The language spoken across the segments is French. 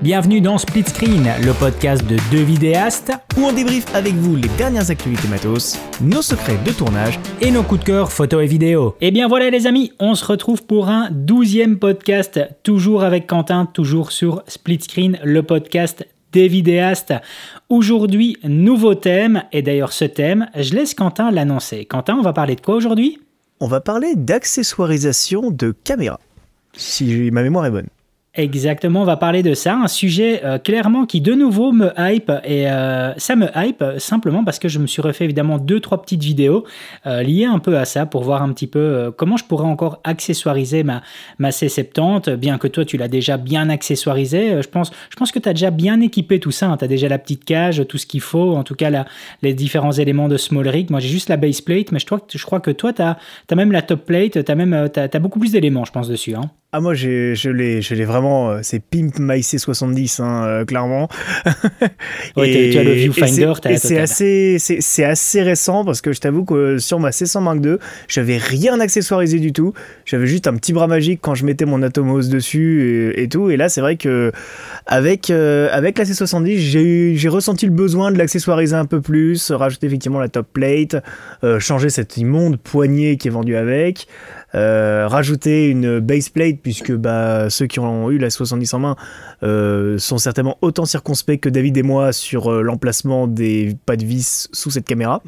Bienvenue dans Split Screen, le podcast de deux vidéastes où on débriefe avec vous les dernières actualités matos, nos secrets de tournage et nos coups de cœur photos et vidéos. Et bien voilà les amis, on se retrouve pour un 12e podcast, toujours avec Quentin, toujours sur Split Screen, le podcast des vidéastes. Aujourd'hui, nouveau thème, et d'ailleurs ce thème, je laisse Quentin l'annoncer. Quentin, on va parler de quoi aujourd'hui ? On va parler d'accessoirisation de caméras, si ma mémoire est bonne. Exactement, on va parler de ça, un sujet clairement qui de nouveau me hype et ça me hype simplement parce que je me suis refait évidemment 2-3 petites vidéos liées un peu à ça pour voir un petit peu comment je pourrais encore accessoiriser ma C70, bien que toi tu l'as déjà bien accessoirisé, je pense que tu as déjà bien équipé tout ça, hein. Tu as déjà la petite cage, tout ce qu'il faut, en tout cas les différents éléments de small rig. Moi j'ai juste la base plate, mais je crois que toi tu as même la top plate, t'as beaucoup plus d'éléments je pense dessus, hein. Ah moi je l'ai vraiment, c'est Pimp My C70 clairement. Ouais, tu as le viewfinder, c'est assez récent parce que je t'avoue que sur ma C100 Mark II, j'avais rien accessoirisé du tout. J'avais juste un petit bras magique quand je mettais mon Atomos dessus et tout. Et là c'est vrai que avec la C70, j'ai ressenti le besoin de l'accessoiriser un peu plus, rajouter effectivement la top plate, changer cette immonde poignée qui est vendue avec. Rajouter une base plate puisque ceux qui ont eu la 70 en main sont certainement autant circonspects que David et moi sur l'emplacement des pas de vis sous cette caméra.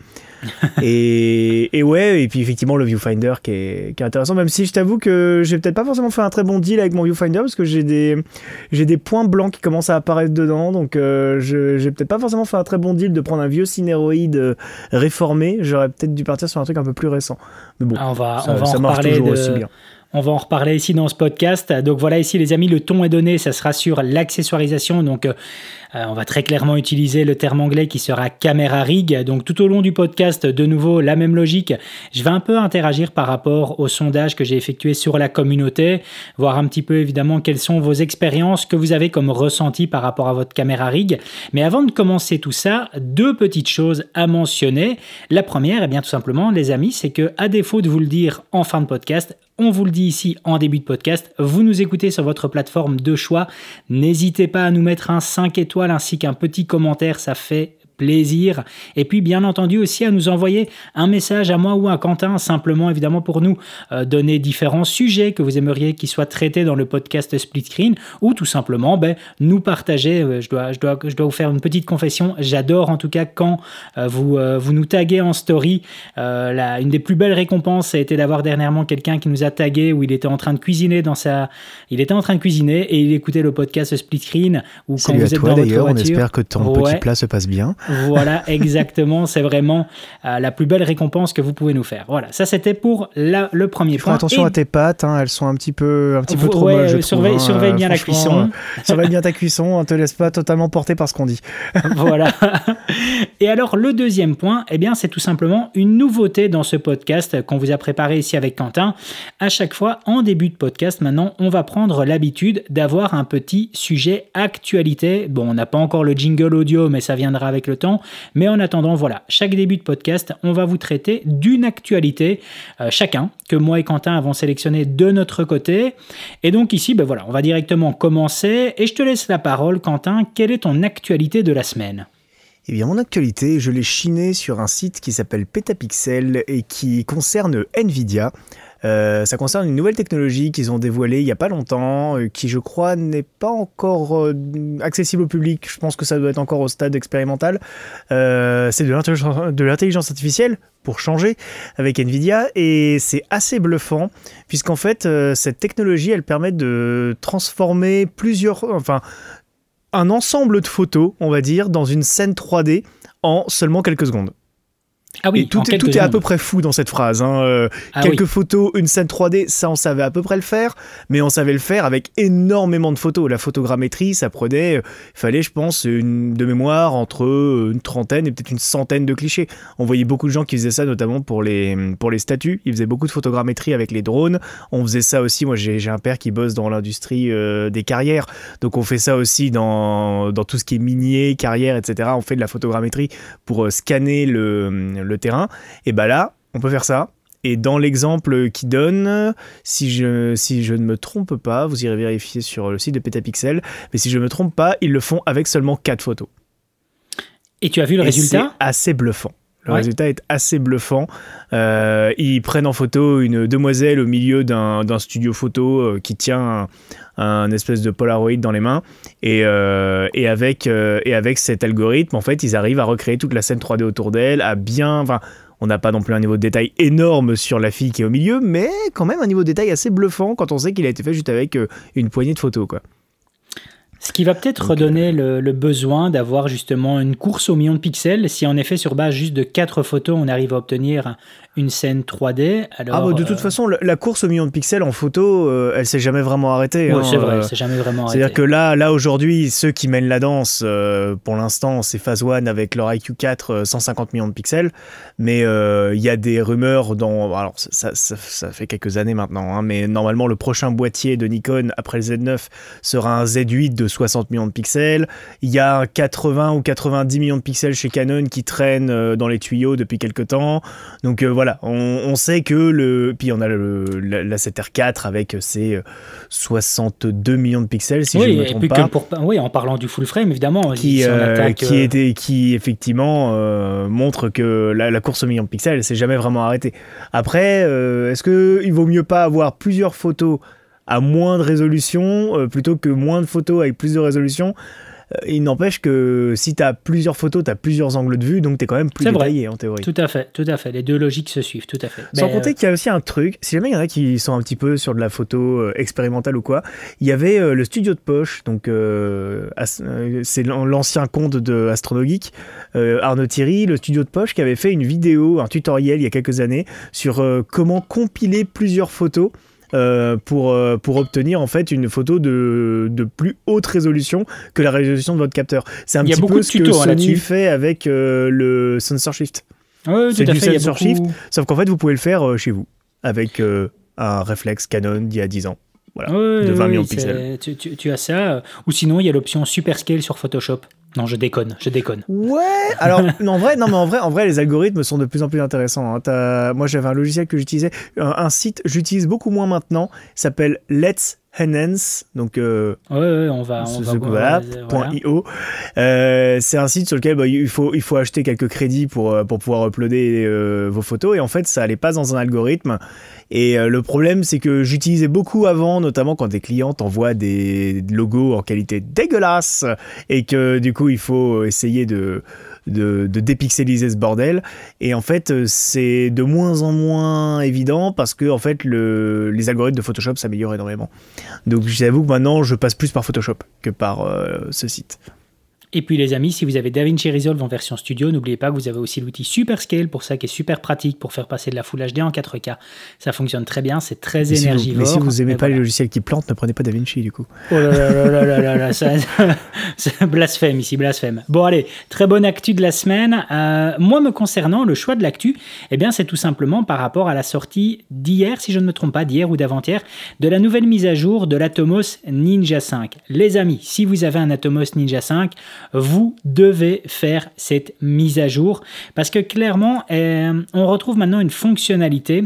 et puis effectivement le viewfinder qui est intéressant, même si je t'avoue que j'ai peut-être pas forcément fait un très bon deal avec mon viewfinder parce que j'ai des points blancs qui commencent à apparaître dedans, donc j'ai peut-être pas forcément fait un très bon deal de prendre un vieux Cineroid réformé. J'aurais peut-être dû partir sur un truc un peu plus récent, mais bon, on va ça en marche reparler toujours aussi bien. On va en reparler ici dans ce podcast. Donc voilà, ici les amis, le ton est donné, ça sera sur l'accessoirisation. Donc on va très clairement utiliser le terme anglais qui sera caméra rig. Donc tout au long du podcast, de nouveau, la même logique. Je vais un peu interagir par rapport au sondage que j'ai effectué sur la communauté, voir un petit peu évidemment quelles sont vos expériences, que vous avez comme ressenti par rapport à votre caméra rig. Mais avant de commencer tout ça, deux petites choses à mentionner. La première, eh bien tout simplement les amis, c'est que à défaut de vous le dire en fin de podcast, on vous le dit ici en début de podcast, vous nous écoutez sur votre plateforme de choix. N'hésitez pas à nous mettre un 5 étoiles ainsi qu'un petit commentaire, ça fait plaisir. Et puis bien entendu aussi à nous envoyer un message à moi ou à Quentin, simplement évidemment pour nous donner différents sujets que vous aimeriez qu'ils soient traités dans le podcast Split Screen, ou tout simplement nous partager. Je dois vous faire une petite confession, j'adore en tout cas quand vous nous taguez en story. Une des plus belles récompenses a été d'avoir dernièrement quelqu'un qui nous a tagué où il était en train de cuisiner et il écoutait le podcast Split Screen, ou quand vous êtes dans votre voiture. On espère que ton petit plat se passe bien. Voilà, exactement, c'est vraiment la plus belle récompense que vous pouvez nous faire. Voilà, ça c'était pour le premier point. Fais attention à tes pâtes, elles sont un petit peu trop molles, je trouve. Surveille bien la cuisson. Surveille bien ta cuisson, ne te laisse pas totalement porter par ce qu'on dit. Voilà. Et alors le deuxième point, eh bien c'est tout simplement une nouveauté dans ce podcast qu'on vous a préparé ici avec Quentin. À chaque fois, en début de podcast, maintenant, on va prendre l'habitude d'avoir un petit sujet actualité. Bon, on n'a pas encore le jingle audio, mais ça viendra avec le temps. Mais en attendant, voilà, chaque début de podcast, on va vous traiter d'une actualité chacun, que moi et Quentin avons sélectionné de notre côté. Et donc ici, voilà, on va directement commencer. Et je te laisse la parole, Quentin. Quelle est ton actualité de la semaine ? Eh bien, mon actualité, je l'ai chinée sur un site qui s'appelle Petapixel et qui concerne Nvidia. Ça concerne une nouvelle technologie qu'ils ont dévoilée il n'y a pas longtemps, qui je crois n'est pas encore accessible au public. Je pense que ça doit être encore au stade expérimental. C'est de l'intelligence artificielle, pour changer, avec Nvidia, et c'est assez bluffant, puisqu'en fait, cette technologie, elle permet de transformer un ensemble de photos, on va dire, dans une scène 3D en seulement quelques secondes. Ah oui, et tout est à peu près fou dans cette phrase. Quelques photos, une scène 3D, ça on savait à peu près le faire, mais on savait le faire avec énormément de photos. La photogrammétrie, ça prenait, il fallait je pense de mémoire entre une trentaine et peut-être une centaine de clichés. On voyait beaucoup de gens qui faisaient ça, notamment pour les statues. Ils faisaient beaucoup de photogrammétrie avec les drones. On faisait ça aussi, moi j'ai un père qui bosse dans l'industrie des carrières, donc on fait ça aussi dans tout ce qui est minier, carrière, etc. On fait de la photogrammétrie pour scanner le terrain, et là on peut faire ça Et dans l'exemple qu'il donne, si je ne me trompe pas, vous irez vérifier sur le site de Petapixel, mais si je ne me trompe pas, ils le font avec seulement 4 photos. Et tu as vu le résultat ? C'est assez bluffant. Le résultat est assez bluffant. Ils prennent en photo une demoiselle au milieu d'un studio photo qui tient un espèce de Polaroid dans les mains. Et avec cet algorithme, en fait, ils arrivent à recréer toute la scène 3D autour d'elle, on n'a pas non plus un niveau de détail énorme sur la fille qui est au milieu, mais quand même un niveau de détail assez bluffant quand on sait qu'il a été fait juste avec une poignée de photos, quoi. Ce qui va peut-être redonner le besoin d'avoir justement une course au million de pixels. Si en effet, sur base juste de 4 photos, on arrive à obtenir une scène 3D. Alors, de toute façon, la course au million de pixels en photo, elle s'est jamais vraiment arrêtée. Oui, c'est vrai, c'est jamais vraiment arrêté. C'est-à-dire que là aujourd'hui, ceux qui mènent la danse, pour l'instant, c'est Phase One avec leur IQ4 150 millions de pixels. Mais il y a des rumeurs alors ça fait quelques années maintenant, mais normalement, le prochain boîtier de Nikon après le Z9 sera un Z8 de 60 millions de pixels. Il y a 80 ou 90 millions de pixels chez Canon qui traînent dans les tuyaux depuis quelques temps. Donc voilà, on sait que puis on a la 7R4 avec ses 62 millions de pixels, si je ne me trompe pas. En parlant du full frame, évidemment. Qui effectivement montre que la course au million de pixels, elle s'est jamais vraiment arrêtée. Après, est-ce qu'il vaut mieux pas avoir plusieurs photos à moins de résolution plutôt que moins de photos avec plus de résolution? Il n'empêche que si tu as plusieurs photos, tu as plusieurs angles de vue, donc tu es quand même plus détaillé en théorie. Tout à fait. Les deux logiques se suivent, tout à fait. Sans compter qu'il y a aussi un truc, si jamais il y en a qui sont un petit peu sur de la photo expérimentale ou quoi, il y avait le studio de poche, donc c'est l'ancien compte de AstronoGeek, Arnaud Thierry, le studio de poche, qui avait fait une vidéo, un tutoriel il y a quelques années sur comment compiler plusieurs photos pour obtenir en fait une photo de plus haute résolution que la résolution de votre capteur. C'est un petit peu ce que Sony fait avec le Sensor Shift. C'est du Sensor Shift, sauf qu'en fait vous pouvez le faire chez vous avec un réflexe Canon d'il y a 10 ans. Voilà, de 20 millions de pixels. Tu as ça, ou sinon il y a l'option Super Scale sur Photoshop. Non, je déconne. Ouais, alors en vrai, les algorithmes sont de plus en plus intéressants. Moi, j'avais un logiciel que j'utilisais, un site j'utilise beaucoup moins maintenant, s'appelle Let's Enhance, donc on va .io. C'est un site sur lequel il faut acheter quelques crédits pour pouvoir uploader vos photos, et en fait ça allait pas dans un algorithme. Et le problème, c'est que j'utilisais beaucoup avant, notamment quand des clients t'envoient des logos en qualité dégueulasse et que du coup il faut essayer de dépixeliser ce bordel. Et en fait, c'est de moins en moins évident parce que en fait, les algorithmes de Photoshop s'améliorent énormément. Donc j'avoue que maintenant, je passe plus par Photoshop que par ce site. Et puis les amis, si vous avez DaVinci Resolve en version studio, n'oubliez pas que vous avez aussi l'outil Super Scale pour ça, qui est super pratique pour faire passer de la Full HD en 4K. Ça fonctionne très bien, c'est très énergivore. Mais si vous n'aimez pas les logiciels qui plantent, ne prenez pas DaVinci du coup. Oh là là, c'est blasphème ici, blasphème. Bon allez, très bonne actu de la semaine. Moi me concernant, le choix de l'actu, c'est tout simplement par rapport à la sortie d'hier, si je ne me trompe pas, d'hier ou d'avant-hier, de la nouvelle mise à jour de l'Atomos Ninja 5. Les amis, si vous avez un Atomos Ninja 5, vous devez faire cette mise à jour parce que clairement, on retrouve maintenant une fonctionnalité,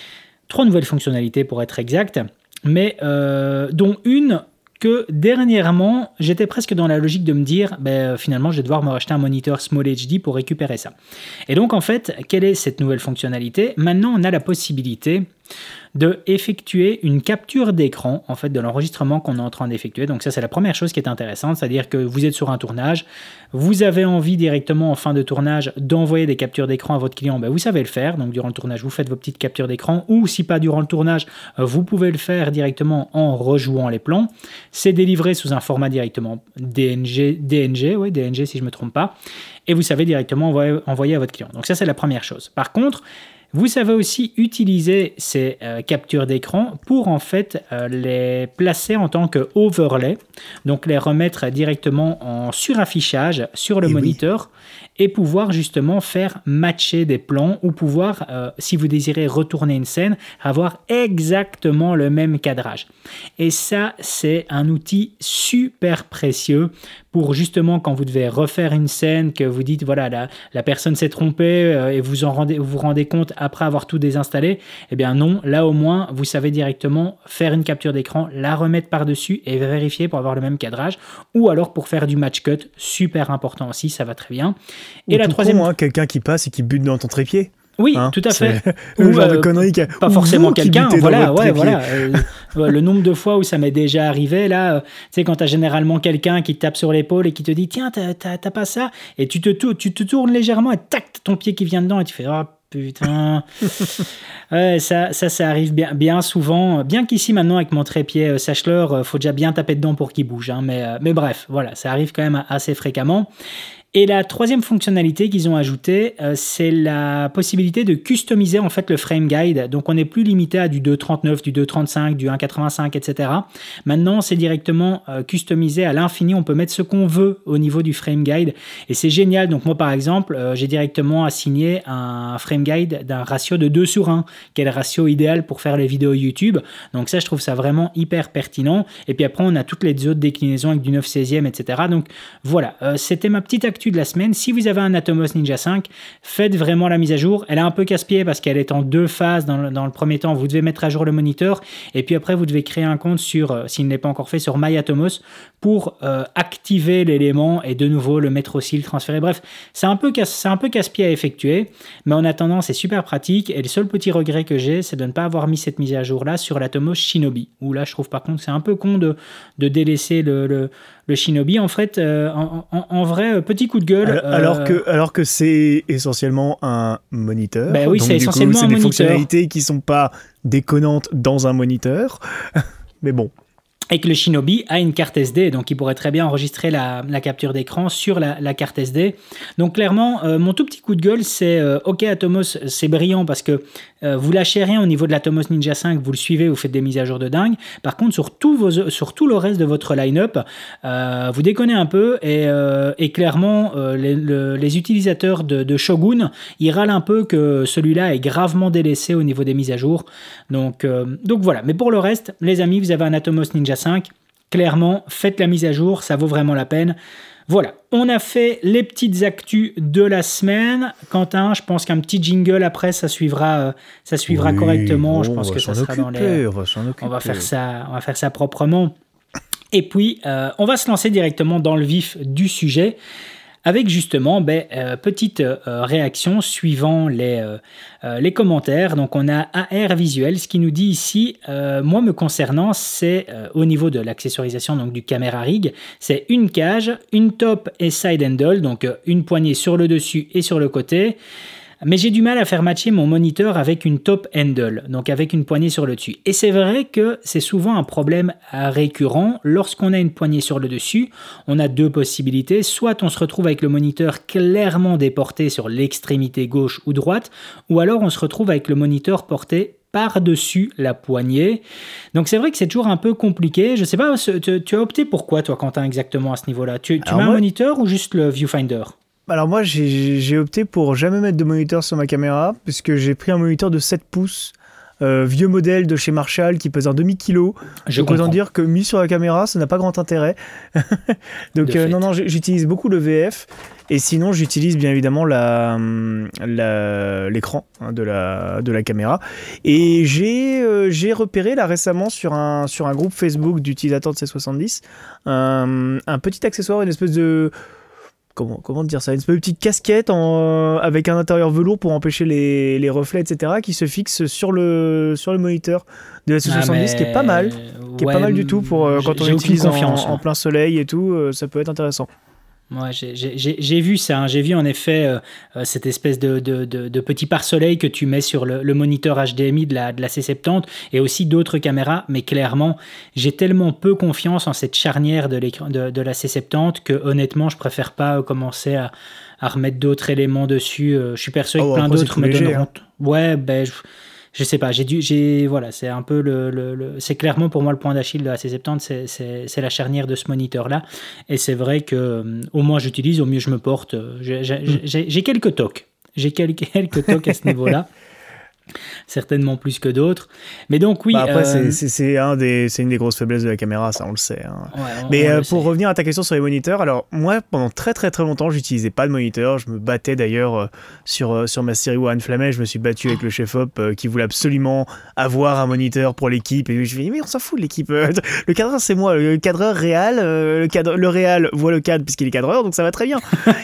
3 nouvelles fonctionnalités pour être exact, mais dont une que dernièrement, j'étais presque dans la logique de me dire finalement, je vais devoir me racheter un moniteur Small HD pour récupérer ça. Et donc, en fait, quelle est cette nouvelle fonctionnalité ? Maintenant, on a la possibilité de effectuer une capture d'écran en fait de l'enregistrement qu'on est en train d'effectuer. Donc ça, c'est la première chose qui est intéressante, c'est-à-dire que vous êtes sur un tournage, vous avez envie directement en fin de tournage d'envoyer des captures d'écran à votre client, vous savez le faire. Donc durant le tournage, vous faites vos petites captures d'écran, ou si pas durant le tournage, vous pouvez le faire directement en rejouant les plans. C'est délivré sous un format directement DNG si je me trompe pas, et vous savez directement envoyer à votre client. Donc ça, c'est la première chose. Par contre, vous savez aussi utiliser ces captures d'écran pour en fait les placer en tant que overlay, donc les remettre directement en suraffichage sur le moniteur et pouvoir justement faire matcher des plans ou pouvoir, si vous désirez retourner une scène, avoir exactement le même cadrage. Et ça, c'est un outil super précieux pour justement quand vous devez refaire une scène, que vous dites voilà la personne s'est trompée et vous rendez compte après avoir tout désinstallé. Eh bien non, là au moins vous savez directement faire une capture d'écran, la remettre par-dessus et vérifier pour avoir le même cadrage, ou alors pour faire du match cut, super important aussi, ça va très bien. Et la troisième, quelqu'un qui passe et qui bute dans ton trépied. Oui, tout à fait. Le genre de connerie pas forcément quelqu'un, voilà. Le nombre de fois où ça m'est déjà arrivé, là, tu sais, quand t'as généralement quelqu'un qui te tape sur l'épaule et qui te dit, tiens, t'as pas ça, et tu te tournes légèrement et tac, ton pied qui vient dedans et tu fais, oh putain. Ouais, ça arrive bien souvent. Bien qu'ici, maintenant, avec mon trépied Sachler, faut déjà bien taper dedans pour qu'il bouge, hein, mais bref, voilà, ça arrive quand même assez fréquemment. Et la troisième fonctionnalité qu'ils ont ajoutée, c'est la possibilité de customiser en fait le frame guide. Donc on n'est plus limité à du 2.39, du 2.35, du 1.85, etc. Maintenant, c'est directement customisé à l'infini. On peut mettre ce qu'on veut au niveau du frame guide. Et c'est génial. Donc moi, par exemple, j'ai directement assigné un frame guide d'un ratio de 2/1, qui est le ratio idéal pour faire les vidéos YouTube. Donc ça, je trouve ça vraiment hyper pertinent. Et puis après, on a toutes les autres déclinaisons avec du 9/16, etc. Donc voilà, c'était ma petite actu de la semaine. Si vous avez un Atomos Ninja 5, faites vraiment la mise à jour. Elle est un peu casse-pied parce qu'elle est en 2 phases. Dans le premier temps, vous devez mettre à jour le moniteur et puis après, vous devez créer un compte s'il n'est pas encore fait, sur MyAtomos pour activer l'élément et de nouveau le mettre aussi, le transférer. Bref, c'est un peu casse-pied à effectuer, mais en attendant, c'est super pratique. Et le seul petit regret que j'ai, c'est de ne pas avoir mis cette mise à jour-là sur l'Atomos Shinobi, où là, je trouve par contre, c'est un peu con de délaisser le Shinobi. En fait, en vrai, petit coup de gueule. Alors que c'est essentiellement un moniteur. Ben oui, donc, c'est essentiellement un moniteur. C'est des fonctionnalités qui sont pas déconnantes dans un moniteur. Mais bon. Et que le Shinobi a une carte SD, donc il pourrait très bien enregistrer la capture d'écran sur la carte SD. Donc clairement, mon tout petit coup de gueule, c'est OK, Atomos, c'est brillant parce que vous lâchez rien au niveau de l'Atomos Ninja 5, vous le suivez, vous faites des mises à jour de dingue. Par contre, sur tout le reste de votre line-up, vous déconnez un peu et clairement, les utilisateurs de Shogun, ils râlent un peu que celui-là est gravement délaissé au niveau des mises à jour. Donc voilà. Mais pour le reste, les amis, vous avez un Atomos Ninja 5, clairement, faites la mise à jour, ça vaut vraiment la peine. Voilà, on a fait les petites actus de la semaine. Quentin, je pense qu'un petit jingle après, ça suivra oui, correctement. Je pense que ça sera dans les... On va faire ça proprement. Et puis, on va se lancer directement dans le vif du sujet, avec justement petite réaction suivant les commentaires. Donc on a AR Visuel, ce qui nous dit ici, moi me concernant, c'est au niveau de l'accessoirisation donc du caméra rig, c'est une cage, une top et side handle, donc une poignée sur le dessus et sur le côté. Mais j'ai du mal à faire matcher mon moniteur avec une top handle, donc avec une poignée sur le dessus. Et c'est vrai que c'est souvent un problème récurrent. Lorsqu'on a une poignée sur le dessus, on a 2 possibilités. Soit on se retrouve avec le moniteur clairement déporté sur l'extrémité gauche ou droite, ou alors on se retrouve avec le moniteur porté par-dessus la poignée. Donc c'est vrai que c'est toujours un peu compliqué. Je sais pas, tu as opté pour quoi toi, Quentin, exactement à ce niveau-là? Tu mets un moniteur ou juste le viewfinder? Alors moi, j'ai opté pour jamais mettre de moniteur sur ma caméra, puisque j'ai pris un moniteur de 7 pouces, vieux modèle de chez Marshall, qui pèse un demi-kilo. Je peux en dire que mis sur la caméra, ça n'a pas grand intérêt. Donc non, j'utilise beaucoup le VF, et sinon j'utilise bien évidemment l'écran de la caméra. Et j'ai repéré là récemment sur un groupe Facebook d'utilisateurs de C70 un petit accessoire, une espèce de... Comment dire ça, une espèce de petite casquette avec un intérieur velours pour empêcher les reflets, etc., qui se fixe sur le moniteur de la C70, qui est pas mal, pas mal du tout pour quand on l'utilise en plein soleil et tout, ça peut être intéressant. Ouais, j'ai vu ça, hein. J'ai vu en effet cette espèce de petit pare-soleil que tu mets sur le moniteur HDMI de la C70 et aussi d'autres caméras, mais clairement, j'ai tellement peu confiance en cette charnière de l'écran de la C70 que honnêtement, je préfère pas commencer à remettre d'autres éléments dessus. Je suis persuadé que plein d'autres me donneront. Hein. Ouais, je sais pas, voilà, c'est un peu c'est clairement pour moi le point d'Achille de la C70, c'est la charnière de ce moniteur-là. Et c'est vrai que au moins j'utilise, au mieux je me porte. J'ai quelques tocs. J'ai quelques tocs à ce niveau-là. certainement plus que d'autres. Mais donc oui. Après, c'est une des grosses faiblesses de la caméra, ça on le sait. Hein. Ouais, Mais on le pour sait. revenir à ta question sur les moniteurs, alors moi pendant très très très longtemps j'utilisais pas de moniteur, je me battais d'ailleurs sur ma série Warren Flammet, je me suis battu avec le chef-op qui voulait absolument avoir un moniteur pour l'équipe et je lui ai dit mais on s'en fout de l'équipe, le cadreur c'est moi, le cadreur réal, le réal voit le cadre puisqu'il est cadreur donc ça va très bien.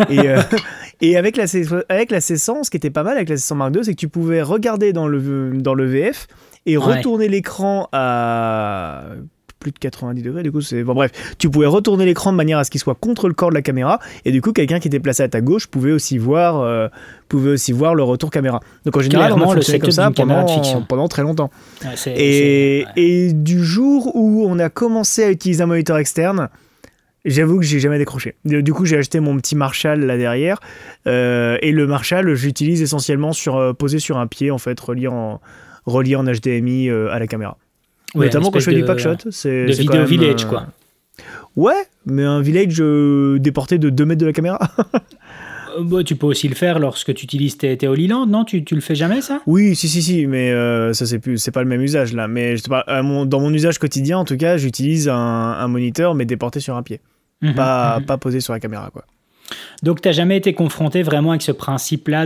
Et avec la C100, ce qui était pas mal avec la C100 Mark II, c'est que tu pouvais regarder dans le VF et retourner l'écran à plus de 90 degrés, du coup c'est... Bon bref, tu pouvais retourner l'écran de manière à ce qu'il soit contre le corps de la caméra, et du coup quelqu'un qui était placé à ta gauche pouvait aussi voir le retour caméra. Donc en général, on a fonctionné comme ça pendant très longtemps. Ouais, et du jour où on a commencé à utiliser un moniteur externe, j'avoue que j'ai jamais décroché. Du coup, j'ai acheté mon petit Marshall là derrière, et le Marshall, j'utilise essentiellement posé sur un pied, en fait, relié en HDMI à la caméra. Ouais, notamment quand je fais du packshot. C'est de vidéo village, quoi. Ouais, mais un village déporté de 2 mètres de la caméra. Bah, tu peux aussi le faire lorsque tu utilises tes Holy Land, non? Tu le fais jamais, ça? Oui, si, mais ça c'est pas le même usage là. Mais dans mon usage quotidien, en tout cas, j'utilise un moniteur, mais déporté sur un pied. Pas posé sur la caméra, quoi. Donc, tu n'as jamais été confronté vraiment avec ce principe-là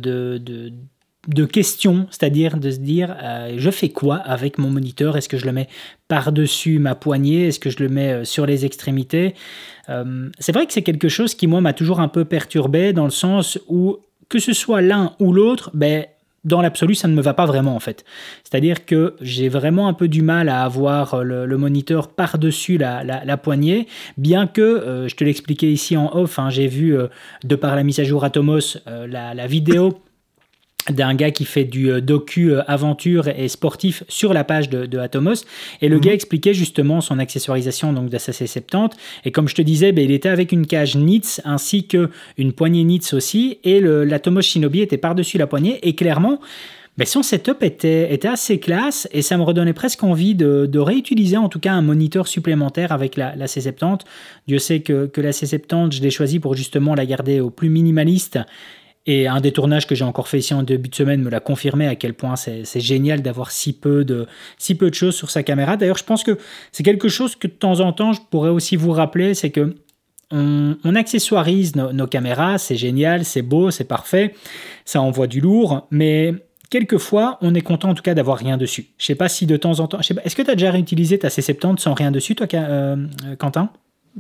de question, c'est-à-dire de se dire je fais quoi avec mon moniteur? Est-ce que je le mets par-dessus ma poignée? Est-ce que je le mets sur les extrémités? C'est vrai que c'est quelque chose qui, moi, m'a toujours un peu perturbé dans le sens où, que ce soit l'un ou l'autre, dans l'absolu, ça ne me va pas vraiment, en fait. C'est-à-dire que j'ai vraiment un peu du mal à avoir le moniteur par-dessus la poignée, bien que, je te l'expliquais ici en off, hein, j'ai vu, de par la mise à jour Atomos, la vidéo d'un gars qui fait du docu aventure et sportif sur la page de Atomos, et le gars expliquait justement son accessoirisation donc de sa C70, et comme je te disais, il était avec une cage Nitz ainsi qu'une poignée Nitz aussi, et l'Atomos Shinobi était par-dessus la poignée, et clairement son setup était assez classe, et ça me redonnait presque envie de réutiliser en tout cas un moniteur supplémentaire avec la C70. Dieu sait que la C70, je l'ai choisie pour justement la garder au plus minimaliste. Et un des tournages que j'ai encore fait ici en début de semaine me l'a confirmé à quel point c'est génial d'avoir si peu de choses sur sa caméra. D'ailleurs, je pense que c'est quelque chose que de temps en temps, je pourrais aussi vous rappeler, c'est que on accessoirise nos caméras, c'est génial, c'est beau, c'est parfait, ça envoie du lourd, mais quelquefois, on est content en tout cas d'avoir rien dessus. Je ne sais pas si de temps en temps... Est-ce que tu as déjà réutilisé ta C70 sans rien dessus, toi, Quentin?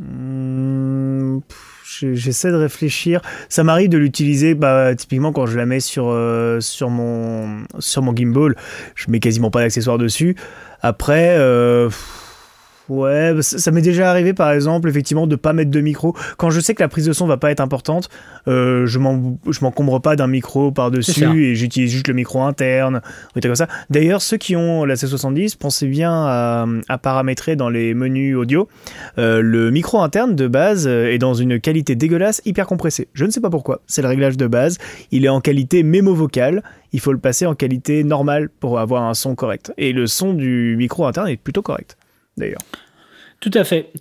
J'essaie de réfléchir. Ça m'arrive de l'utiliser, typiquement quand je la mets sur mon gimbal, je mets quasiment pas d'accessoires dessus. Après, ouais, ça m'est déjà arrivé par exemple, effectivement, de pas mettre de micro. Quand je sais que la prise de son va pas être importante, je m'encombre pas d'un micro par-dessus et j'utilise juste le micro interne, ou comme ça. D'ailleurs, ceux qui ont la C70, pensez bien à paramétrer dans les menus audio. Le micro interne de base est dans une qualité dégueulasse, hyper compressée. Je ne sais pas pourquoi, c'est le réglage de base. Il est en qualité mémo vocal, il faut le passer en qualité normale pour avoir un son correct. Et le son du micro interne est plutôt correct, d'ailleurs. Tout à fait.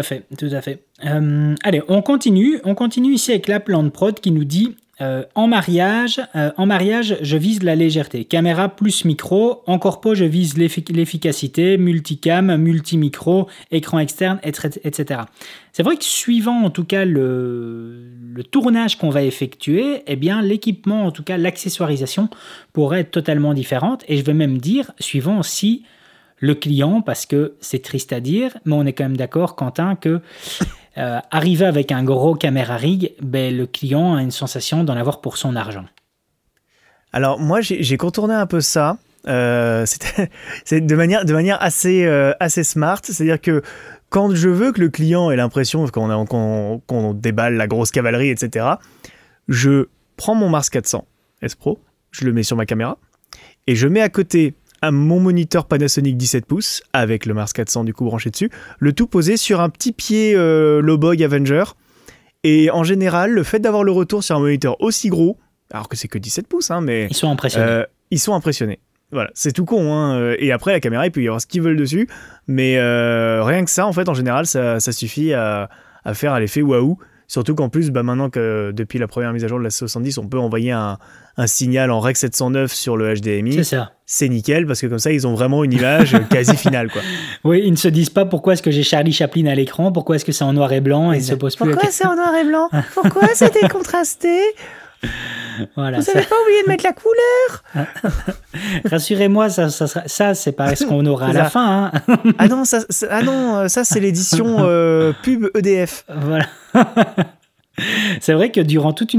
Allez, on continue ici avec l'app Landprod qui nous dit en mariage, je vise la légèreté. Caméra plus micro. En corpo, je vise l'efficacité, multicam, multimicro, écran externe, etc. C'est vrai que suivant en tout cas le tournage qu'on va effectuer, l'équipement, en tout cas l'accessoirisation, pourrait être totalement différente. Et je vais même dire, suivant aussi le client, parce que c'est triste à dire, mais on est quand même d'accord, Quentin, que arriver avec un gros caméra rig, le client a une sensation d'en avoir pour son argent. Alors moi, j'ai contourné un peu ça. C'est de manière assez smart. C'est-à-dire que quand je veux que le client ait l'impression qu'on déballe la grosse cavalerie, etc., je prends mon Mars 400 S Pro, je le mets sur ma caméra, et je mets à côté à mon moniteur Panasonic 17 pouces avec le Mars 400 du coup branché dessus, le tout posé sur un petit pied Lowboy Avenger. Et en général, le fait d'avoir le retour sur un moniteur aussi gros, alors que c'est que 17 pouces, hein, mais ils sont impressionnés. Voilà, c'est tout con, hein. Et après la caméra, il peut y avoir ce qu'ils veulent dessus, mais rien que ça, en fait, en général, ça suffit à faire l'effet waouh. Surtout qu'en plus, maintenant que depuis la première mise à jour de la 70, on peut envoyer un signal en Rec 709 sur le HDMI. C'est ça. C'est nickel parce que comme ça, ils ont vraiment une image quasi finale, quoi. Oui, ils ne se disent pas pourquoi est-ce que j'ai Charlie Chaplin à l'écran, pourquoi est-ce que c'est en noir et blanc, et ils se posent plus. Pourquoi c'est en noir et blanc? Pourquoi c'était contrasté? Voilà, vous n'avez pas oublié de mettre la couleur? Rassurez-moi, ça c'est pas ce qu'on aura à la fin. Hein. Ah non, ça c'est l'édition pub EDF. Voilà. C'est vrai que durant tout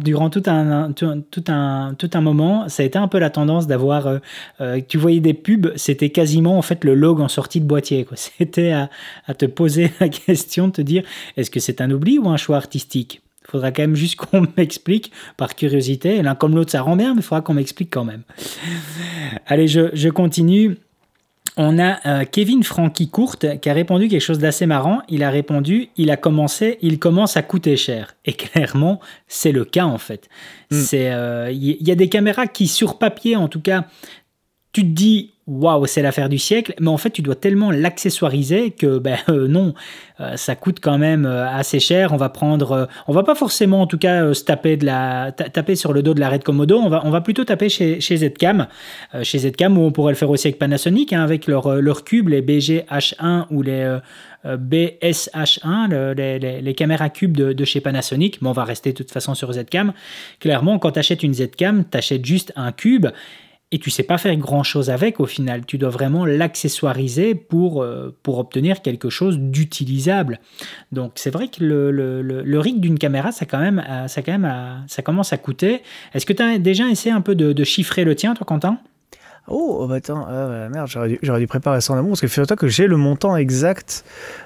un moment, ça a été un peu la tendance d'avoir, tu voyais des pubs, c'était quasiment en fait le log en sortie de boîtier, quoi. C'était à te poser la question, de te dire, est-ce que c'est un oubli ou un choix artistique? Il faudra quand même juste qu'on m'explique par curiosité. L'un comme l'autre, ça rend bien, mais il faudra qu'on m'explique quand même. Allez, je continue. On a Kevin Frankie Courte qui a répondu quelque chose d'assez marrant. Il a répondu, il commence à coûter cher. Et clairement, c'est le cas en fait. Il y a des caméras qui, sur papier en tout cas, tu te dis waouh, c'est l'affaire du siècle, mais en fait tu dois tellement l'accessoiriser que non, ça coûte quand même assez cher. On va pas forcément en tout cas se taper sur le dos de la Red Komodo. On va plutôt taper chez Zcam, où on pourrait le faire aussi avec Panasonic, hein, avec leur cubes, les BG-H1 ou les BS-H1, les caméras cubes de chez Panasonic. Mais on va rester de toute façon sur Zcam. Clairement, quand tu achètes une Zcam, tu achètes juste un cube. Et tu sais pas faire grand-chose avec au final. Tu dois vraiment l'accessoiriser pour obtenir quelque chose d'utilisable. Donc c'est vrai que le rig d'une caméra, ça commence à coûter. Est-ce que tu as déjà essayé un peu de chiffrer le tien, toi, Quentin ? Oh, attends, merde, j'aurais dû préparer ça en amont parce que figure-toi que j'ai le montant exact.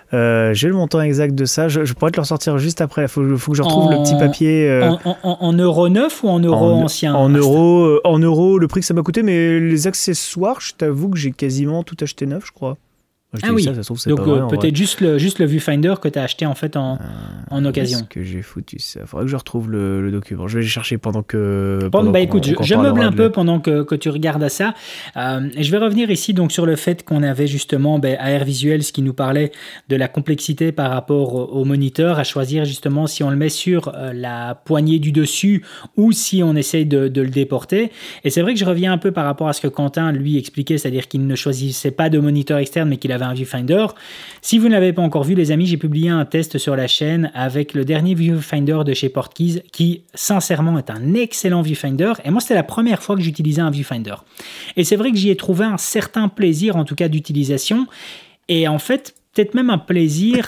De ça. Je pourrais te le ressortir juste après. Il faut que je retrouve le petit papier. En euros neufs ou en euros anciens ? En euros, le prix que ça m'a coûté, mais les accessoires, je t'avoue que j'ai quasiment tout acheté neuf, je crois. Oui, ça se trouve, c'est donc pas vrai, peut-être juste le viewfinder que tu as acheté en fait en occasion. Est-ce que j'ai foutu ça? Il faudrait que je retrouve le document. Je vais le chercher pendant écoute, je meuble un peu pendant que tu regardes à ça. Et je vais revenir ici donc sur le fait qu'on avait justement AR Visuals qui nous parlait de la complexité par rapport au moniteur, à choisir justement si on le met sur la poignée du dessus ou si on essaye de le déporter. Et c'est vrai que je reviens un peu par rapport à ce que Quentin lui expliquait, c'est-à-dire qu'il ne choisissait pas de moniteur externe mais qu'il avait un viewfinder. Si vous ne l'avez pas encore vu, les amis, j'ai publié un test sur la chaîne avec le dernier viewfinder de chez Portkeys qui, sincèrement, est un excellent viewfinder. Et moi, c'était la première fois que j'utilisais un viewfinder. Et c'est vrai que j'y ai trouvé un certain plaisir, en tout cas, d'utilisation. Et en fait, peut-être même un plaisir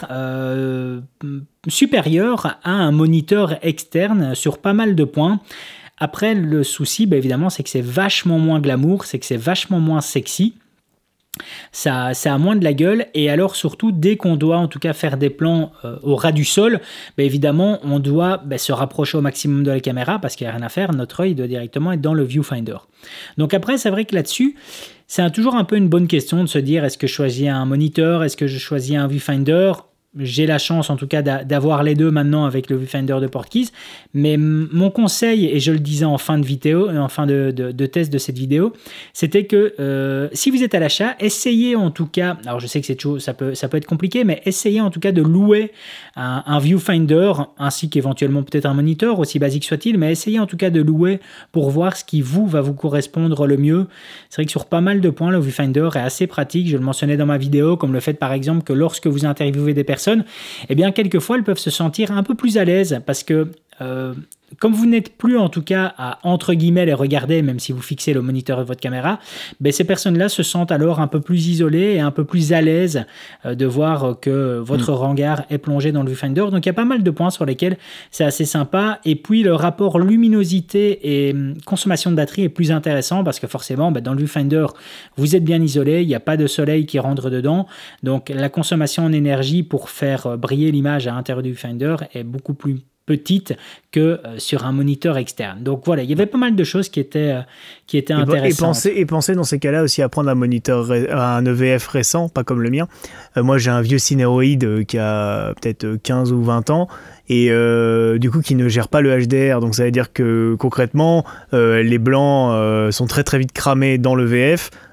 supérieur à un moniteur externe sur pas mal de points. Après, le souci, évidemment, c'est que c'est vachement moins glamour, c'est que c'est vachement moins sexy. Ça a moins de la gueule, et alors surtout dès qu'on doit en tout cas faire des plans au ras du sol, évidemment on doit se rapprocher au maximum de la caméra parce qu'il n'y a rien à faire, notre œil doit directement être dans le viewfinder. Donc après c'est vrai que là-dessus c'est toujours un peu une bonne question de se dire est-ce que je choisis un moniteur, est-ce que je choisis un viewfinder? J'ai la chance en tout cas d'avoir les deux maintenant avec le viewfinder de Portkeys, mais mon conseil, et je le disais en fin de vidéo, en fin de test de cette vidéo, c'était que si vous êtes à l'achat, essayez en tout cas, alors je sais que c'est toujours, ça peut être compliqué, mais essayez en tout cas de louer un viewfinder ainsi qu'éventuellement peut-être un moniteur, aussi basique soit-il, mais essayez en tout cas de louer pour voir ce qui va vous correspondre le mieux. C'est vrai que sur pas mal de points, le viewfinder est assez pratique, je le mentionnais dans ma vidéo, comme le fait par exemple que lorsque vous interviewez des personnes, eh bien quelquefois elles peuvent se sentir un peu plus à l'aise parce que comme vous n'êtes plus en tout cas à entre guillemets les regarder, même si vous fixez le moniteur de votre caméra, ces personnes-là se sentent alors un peu plus isolées et un peu plus à l'aise de voir que votre regard est plongé dans le viewfinder. Donc il y a pas mal de points sur lesquels c'est assez sympa. Et puis le rapport luminosité et consommation de batterie est plus intéressant parce que forcément dans le viewfinder vous êtes bien isolé, il n'y a pas de soleil qui rentre dedans. Donc la consommation en énergie pour faire briller l'image à l'intérieur du viewfinder est beaucoup plus petite que sur un moniteur externe. Donc voilà, il y avait pas mal de choses qui étaient intéressantes. Et penser dans ces cas-là aussi à prendre un moniteur, un EVF récent, pas comme le mien. Moi j'ai un vieux Cineroid qui a peut-être 15 ou 20 ans et du coup qui ne gère pas le HDR, donc ça veut dire que concrètement les blancs sont très très vite cramés dans le VF.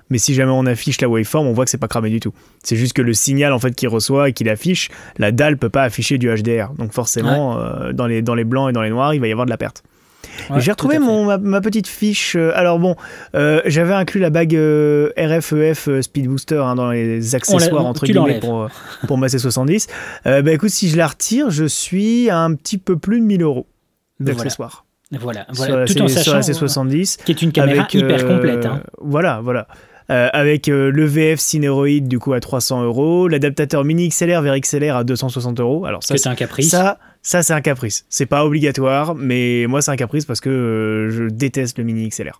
mais si jamais on affiche la waveform, on voit que c'est pas cramé du tout. C'est juste que le signal en fait qu'il reçoit et qu'il affiche, la dalle peut pas afficher du HDR. Donc forcément, dans les blancs et dans les noirs, il va y avoir de la perte. Ouais, j'ai retrouvé ma petite fiche. Alors bon, j'avais inclus la bague RFEF Speed Booster dans les accessoires entre guillemets pour ma C70. Écoute, si je la retire, je suis à un petit peu plus de 1000 € d'accessoires. Voilà. Tout en sachant sur la C70, qui est une caméra hyper complète. Voilà. Avec le VF Cineroid du coup à 300 €, l'adaptateur mini XLR vers XLR à 260 €. Alors ça, c'est un caprice. Ça c'est un caprice. C'est pas obligatoire, mais moi c'est un caprice parce que je déteste le mini XLR.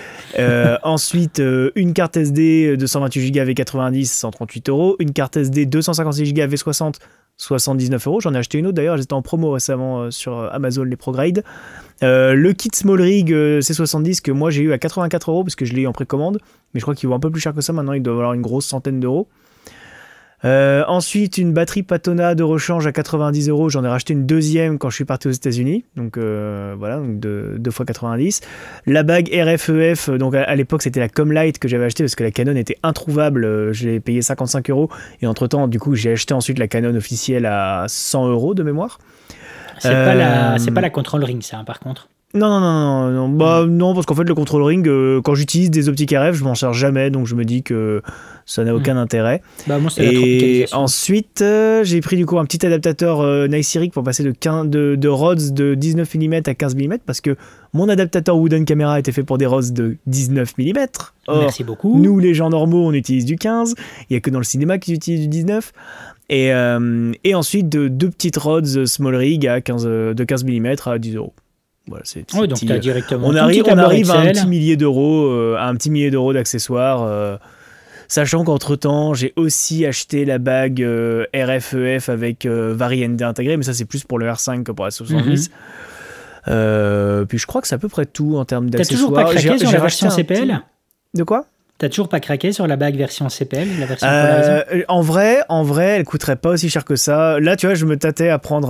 Ensuite, une carte SD de 128 Go V90, 138 €. Une carte SD 256 Go V60, 79 €. J'en ai acheté une autre d'ailleurs, j'étais en promo récemment sur Amazon, les ProGrade. Le kit Small Rig C70 que moi j'ai eu à 84 € parce que je l'ai eu en précommande, mais je crois qu'il vaut un peu plus cher que ça maintenant, il doit valoir une grosse centaine d'euros. Ensuite, une batterie Patona de rechange à 90 €. J'en ai racheté une deuxième quand je suis parti aux États-Unis. Donc voilà, donc 2 x 90. La bague RFEF, donc à l'époque c'était la Comlight que j'avais acheté parce que la Canon était introuvable. Je l'ai payé 55 € et entre temps, du coup, j'ai acheté ensuite la Canon officielle à 100 € de mémoire. C'est pas la Control Ring, ça, par contre. Non. Non, parce qu'en fait, le Control Ring, quand j'utilise des optiques RF, je m'en sers jamais, donc je me dis que ça n'a aucun intérêt. Moi, c'est et ensuite, j'ai pris du coup un petit adaptateur Nice Rig pour passer de rods de 19 mm à 15 mm, parce que mon adaptateur Wooden Camera était fait pour des rods de 19 mm. Or, merci beaucoup. Nous, les gens normaux, on utilise du 15. Il n'y a que dans le cinéma qu'ils utilisent du 19. Et ensuite, deux petites rods Small Rig de 15 mm à 10 €. Voilà, donc tu as directement. On arrive à un petit millier d'euros, d'accessoires. Sachant qu'entre-temps, j'ai aussi acheté la bague RFEF avec Vari ND intégré, mais ça c'est plus pour le R5 que pour la 70. Puis je crois que c'est à peu près tout en termes d'accessoires. T'as toujours pas craqué sur la version CPL ? De quoi ? T'as toujours pas craqué sur la bague version CPL, la version polarisante ? En vrai, elle coûterait pas aussi cher que ça. Là, tu vois, je me tâtais à prendre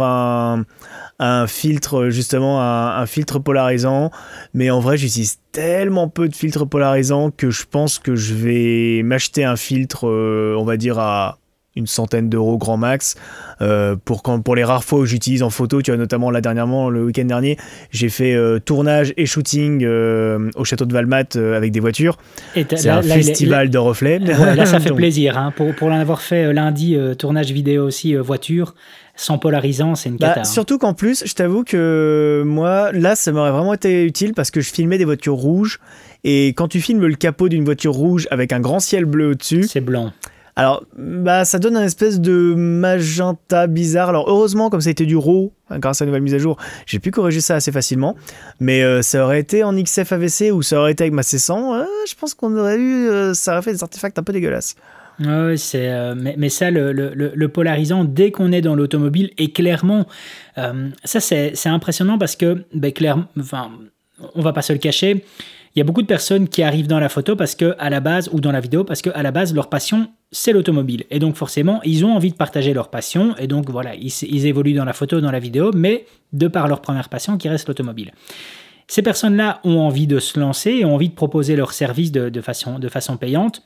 un filtre, justement, un filtre polarisant. Mais en vrai, j'utilise tellement peu de filtres polarisants que je pense que je vais m'acheter un filtre, on va dire, à une centaine d'euros grand max. Pour les rares fois où j'utilise en photo, tu vois, notamment là dernièrement, le week-end dernier, j'ai fait tournage et shooting au château de Valmat avec des voitures. C'est un festival de reflets. Là, ça fait plaisir. Hein. Pour l'en avoir fait lundi, tournage vidéo aussi, voiture, sans polarisant, c'est une cata. Surtout qu'en plus, je t'avoue que moi, là, ça m'aurait vraiment été utile parce que je filmais des voitures rouges. Et quand tu filmes le capot d'une voiture rouge avec un grand ciel bleu au-dessus... C'est blanc. Alors, ça donne un espèce de magenta bizarre. Alors, heureusement, comme ça a été du RAW, grâce à la nouvelle mise à jour, j'ai pu corriger ça assez facilement. Mais ça aurait été en XF AVC ou ça aurait été avec ma C100, je pense qu'on aurait eu... ça aurait fait des artefacts un peu dégueulasses. Oui, mais ça, le polarisant, dès qu'on est dans l'automobile, et clairement, ça c'est impressionnant parce que, clairement, enfin, on va pas se le cacher, il y a beaucoup de personnes qui arrivent dans la photo parce que à la base, ou dans la vidéo, parce qu'à la base, leur passion, c'est l'automobile. Et donc forcément, ils ont envie de partager leur passion, et donc voilà, ils évoluent dans la photo, dans la vidéo, mais de par leur première passion qui reste l'automobile. Ces personnes-là ont envie de se lancer et ont envie de proposer leur service de façon payante.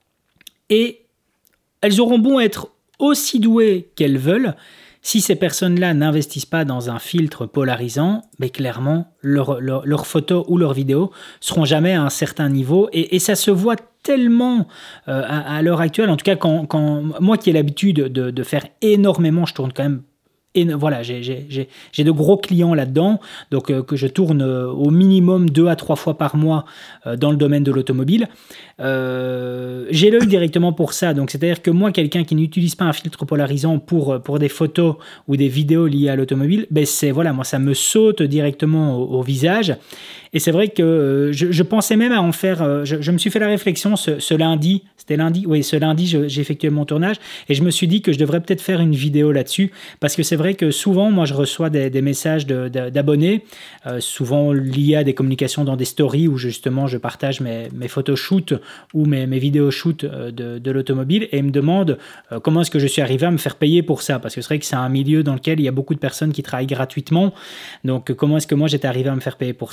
Et elles auront beau être aussi douées qu'elles veulent, si ces personnes-là n'investissent pas dans un filtre polarisant, clairement, leurs photos ou leurs vidéos seront jamais à un certain niveau. Et ça se voit tellement à l'heure actuelle. En tout cas, quand moi qui ai l'habitude de faire énormément, je tourne quand même. Et voilà, j'ai de gros clients là-dedans, donc que je tourne au minimum 2 à 3 fois par mois dans le domaine de l'automobile. J'ai l'œil directement pour ça, donc c'est-à-dire que moi, quelqu'un qui n'utilise pas un filtre polarisant pour des photos ou des vidéos liées à l'automobile, moi ça me saute directement au visage. Et c'est vrai que je pensais même à en faire... Je me suis fait la réflexion ce lundi, c'était lundi, oui, ce lundi, j'ai effectué mon tournage, et je me suis dit que je devrais peut-être faire une vidéo là-dessus, parce que c'est vrai que souvent, moi, je reçois des messages d'abonnés, souvent liés à des communications dans des stories, où justement, je partage mes photos shoot ou mes vidéos shoot de l'automobile, et ils me demandent comment est-ce que je suis arrivé à me faire payer pour ça, parce que c'est vrai que c'est un milieu dans lequel il y a beaucoup de personnes qui travaillent gratuitement, donc comment est-ce que moi, j'étais arrivé à me faire payer pour ça.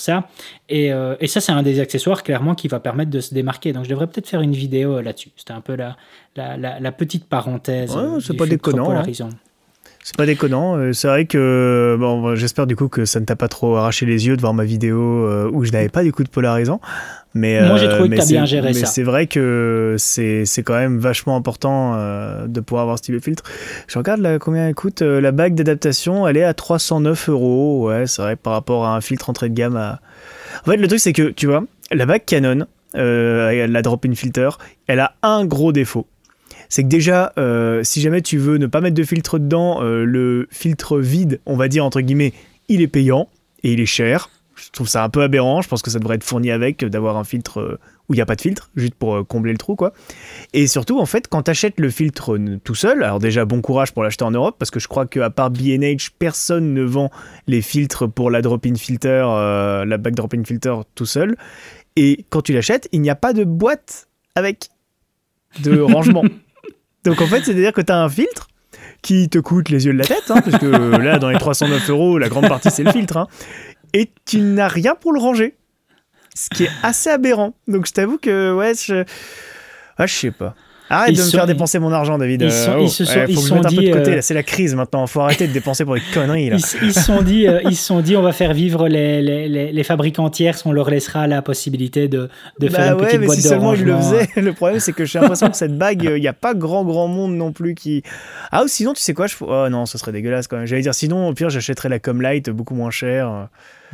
Et ça, c'est un des accessoires clairement qui va permettre de se démarquer. Donc je devrais peut-être faire une vidéo là-dessus. C'était un peu la petite parenthèse c'est du pas filtre déconnant, polarisant. C'est pas déconnant. C'est vrai que bon, j'espère du coup que ça ne t'a pas trop arraché les yeux de voir ma vidéo où je n'avais pas du coup de polarisant. Mais moi, j'ai trouvé que tu as bien géré ça. Mais c'est vrai que c'est quand même vachement important de pouvoir avoir ce type de filtre. Je regarde là, combien coûte la bague d'adaptation. Elle est à 309 €. Ouais, c'est vrai par rapport à un filtre entrée de gamme. En fait, le truc c'est que tu vois, la bague Canon, la drop-in filter, elle a un gros défaut. C'est que déjà, si jamais tu veux ne pas mettre de filtre dedans, le filtre vide, on va dire entre guillemets, il est payant et il est cher. Je trouve ça un peu aberrant. Je pense que ça devrait être fourni avec, d'avoir un filtre où il n'y a pas de filtre, juste pour combler le trou, quoi. Et surtout, en fait, quand tu achètes le filtre tout seul, alors déjà, bon courage pour l'acheter en Europe, parce que je crois qu'à part B&H, personne ne vend les filtres pour la drop-in filter, la bague drop-in filter tout seul. Et quand tu l'achètes, il n'y a pas de boîte avec de rangement. Donc en fait, c'est-à-dire que tu as un filtre qui te coûte les yeux de la tête, hein, parce que là, dans les 309 €, la grande partie, c'est le filtre. Hein, et tu n'as rien pour le ranger. Ce qui est assez aberrant. Donc je t'avoue que, ouais, je sais pas. Arrête de me faire dépenser mon argent, David. Ils se faut que je mette un peu de côté. Là, c'est la crise maintenant. Faut arrêter de dépenser pour des conneries. Là. Ils se sont dit, on va faire vivre les fabricants tiers, on leur laissera la possibilité de faire une petite boîte si de seulement ils le rangement. faisaient. Le problème, c'est que j'ai l'impression que cette bague, il n'y a pas grand monde non plus qui. Ah, ou sinon, tu sais quoi oh non, ce serait dégueulasse quand même. J'allais dire, sinon, au pire, j'achèterais la Comlight beaucoup moins cher.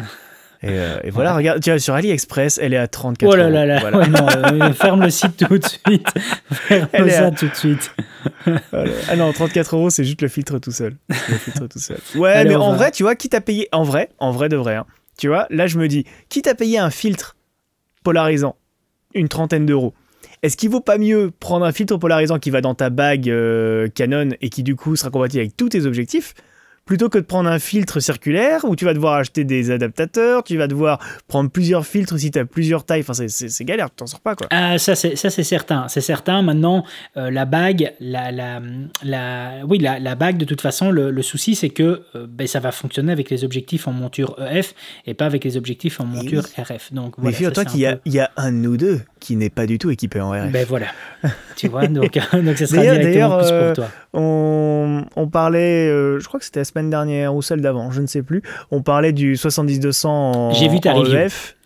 Et voilà, regarde, tu vois, sur AliExpress, elle est à 34 €. Oh là là là, voilà. ouais, non, ferme le site tout de suite. Ferme ça tout de suite. Voilà. Ah non, 34 €, c'est juste le filtre tout seul. Ouais, allez, mais en vrai, tu vois, quitte à payer. En vrai de vrai, hein, tu vois, là, je me dis, quitte à payer un filtre polarisant, une trentaine d'euros, est-ce qu'il vaut pas mieux prendre un filtre polarisant qui va dans ta bague Canon et qui, du coup, sera compatible avec tous tes objectifs, plutôt que de prendre un filtre circulaire où tu vas devoir acheter des adaptateurs, tu vas devoir prendre plusieurs filtres si tu as plusieurs tailles. Enfin, c'est galère, tu t'en sors pas, quoi. Ça, c'est certain. C'est certain. Maintenant, la bague, la bague, de toute façon, le souci, c'est que ça va fonctionner avec les objectifs en monture EF et pas avec les objectifs en monture RF. Donc, mais figure-toi qu'il y a un ou deux qui n'est pas du tout équipé en RF. Ben voilà. Tu vois, donc ça sera directement plus pour toi. On parlait, je crois que c'était la semaine dernière ou celle d'avant, je ne sais plus. On parlait du 70-200 en EF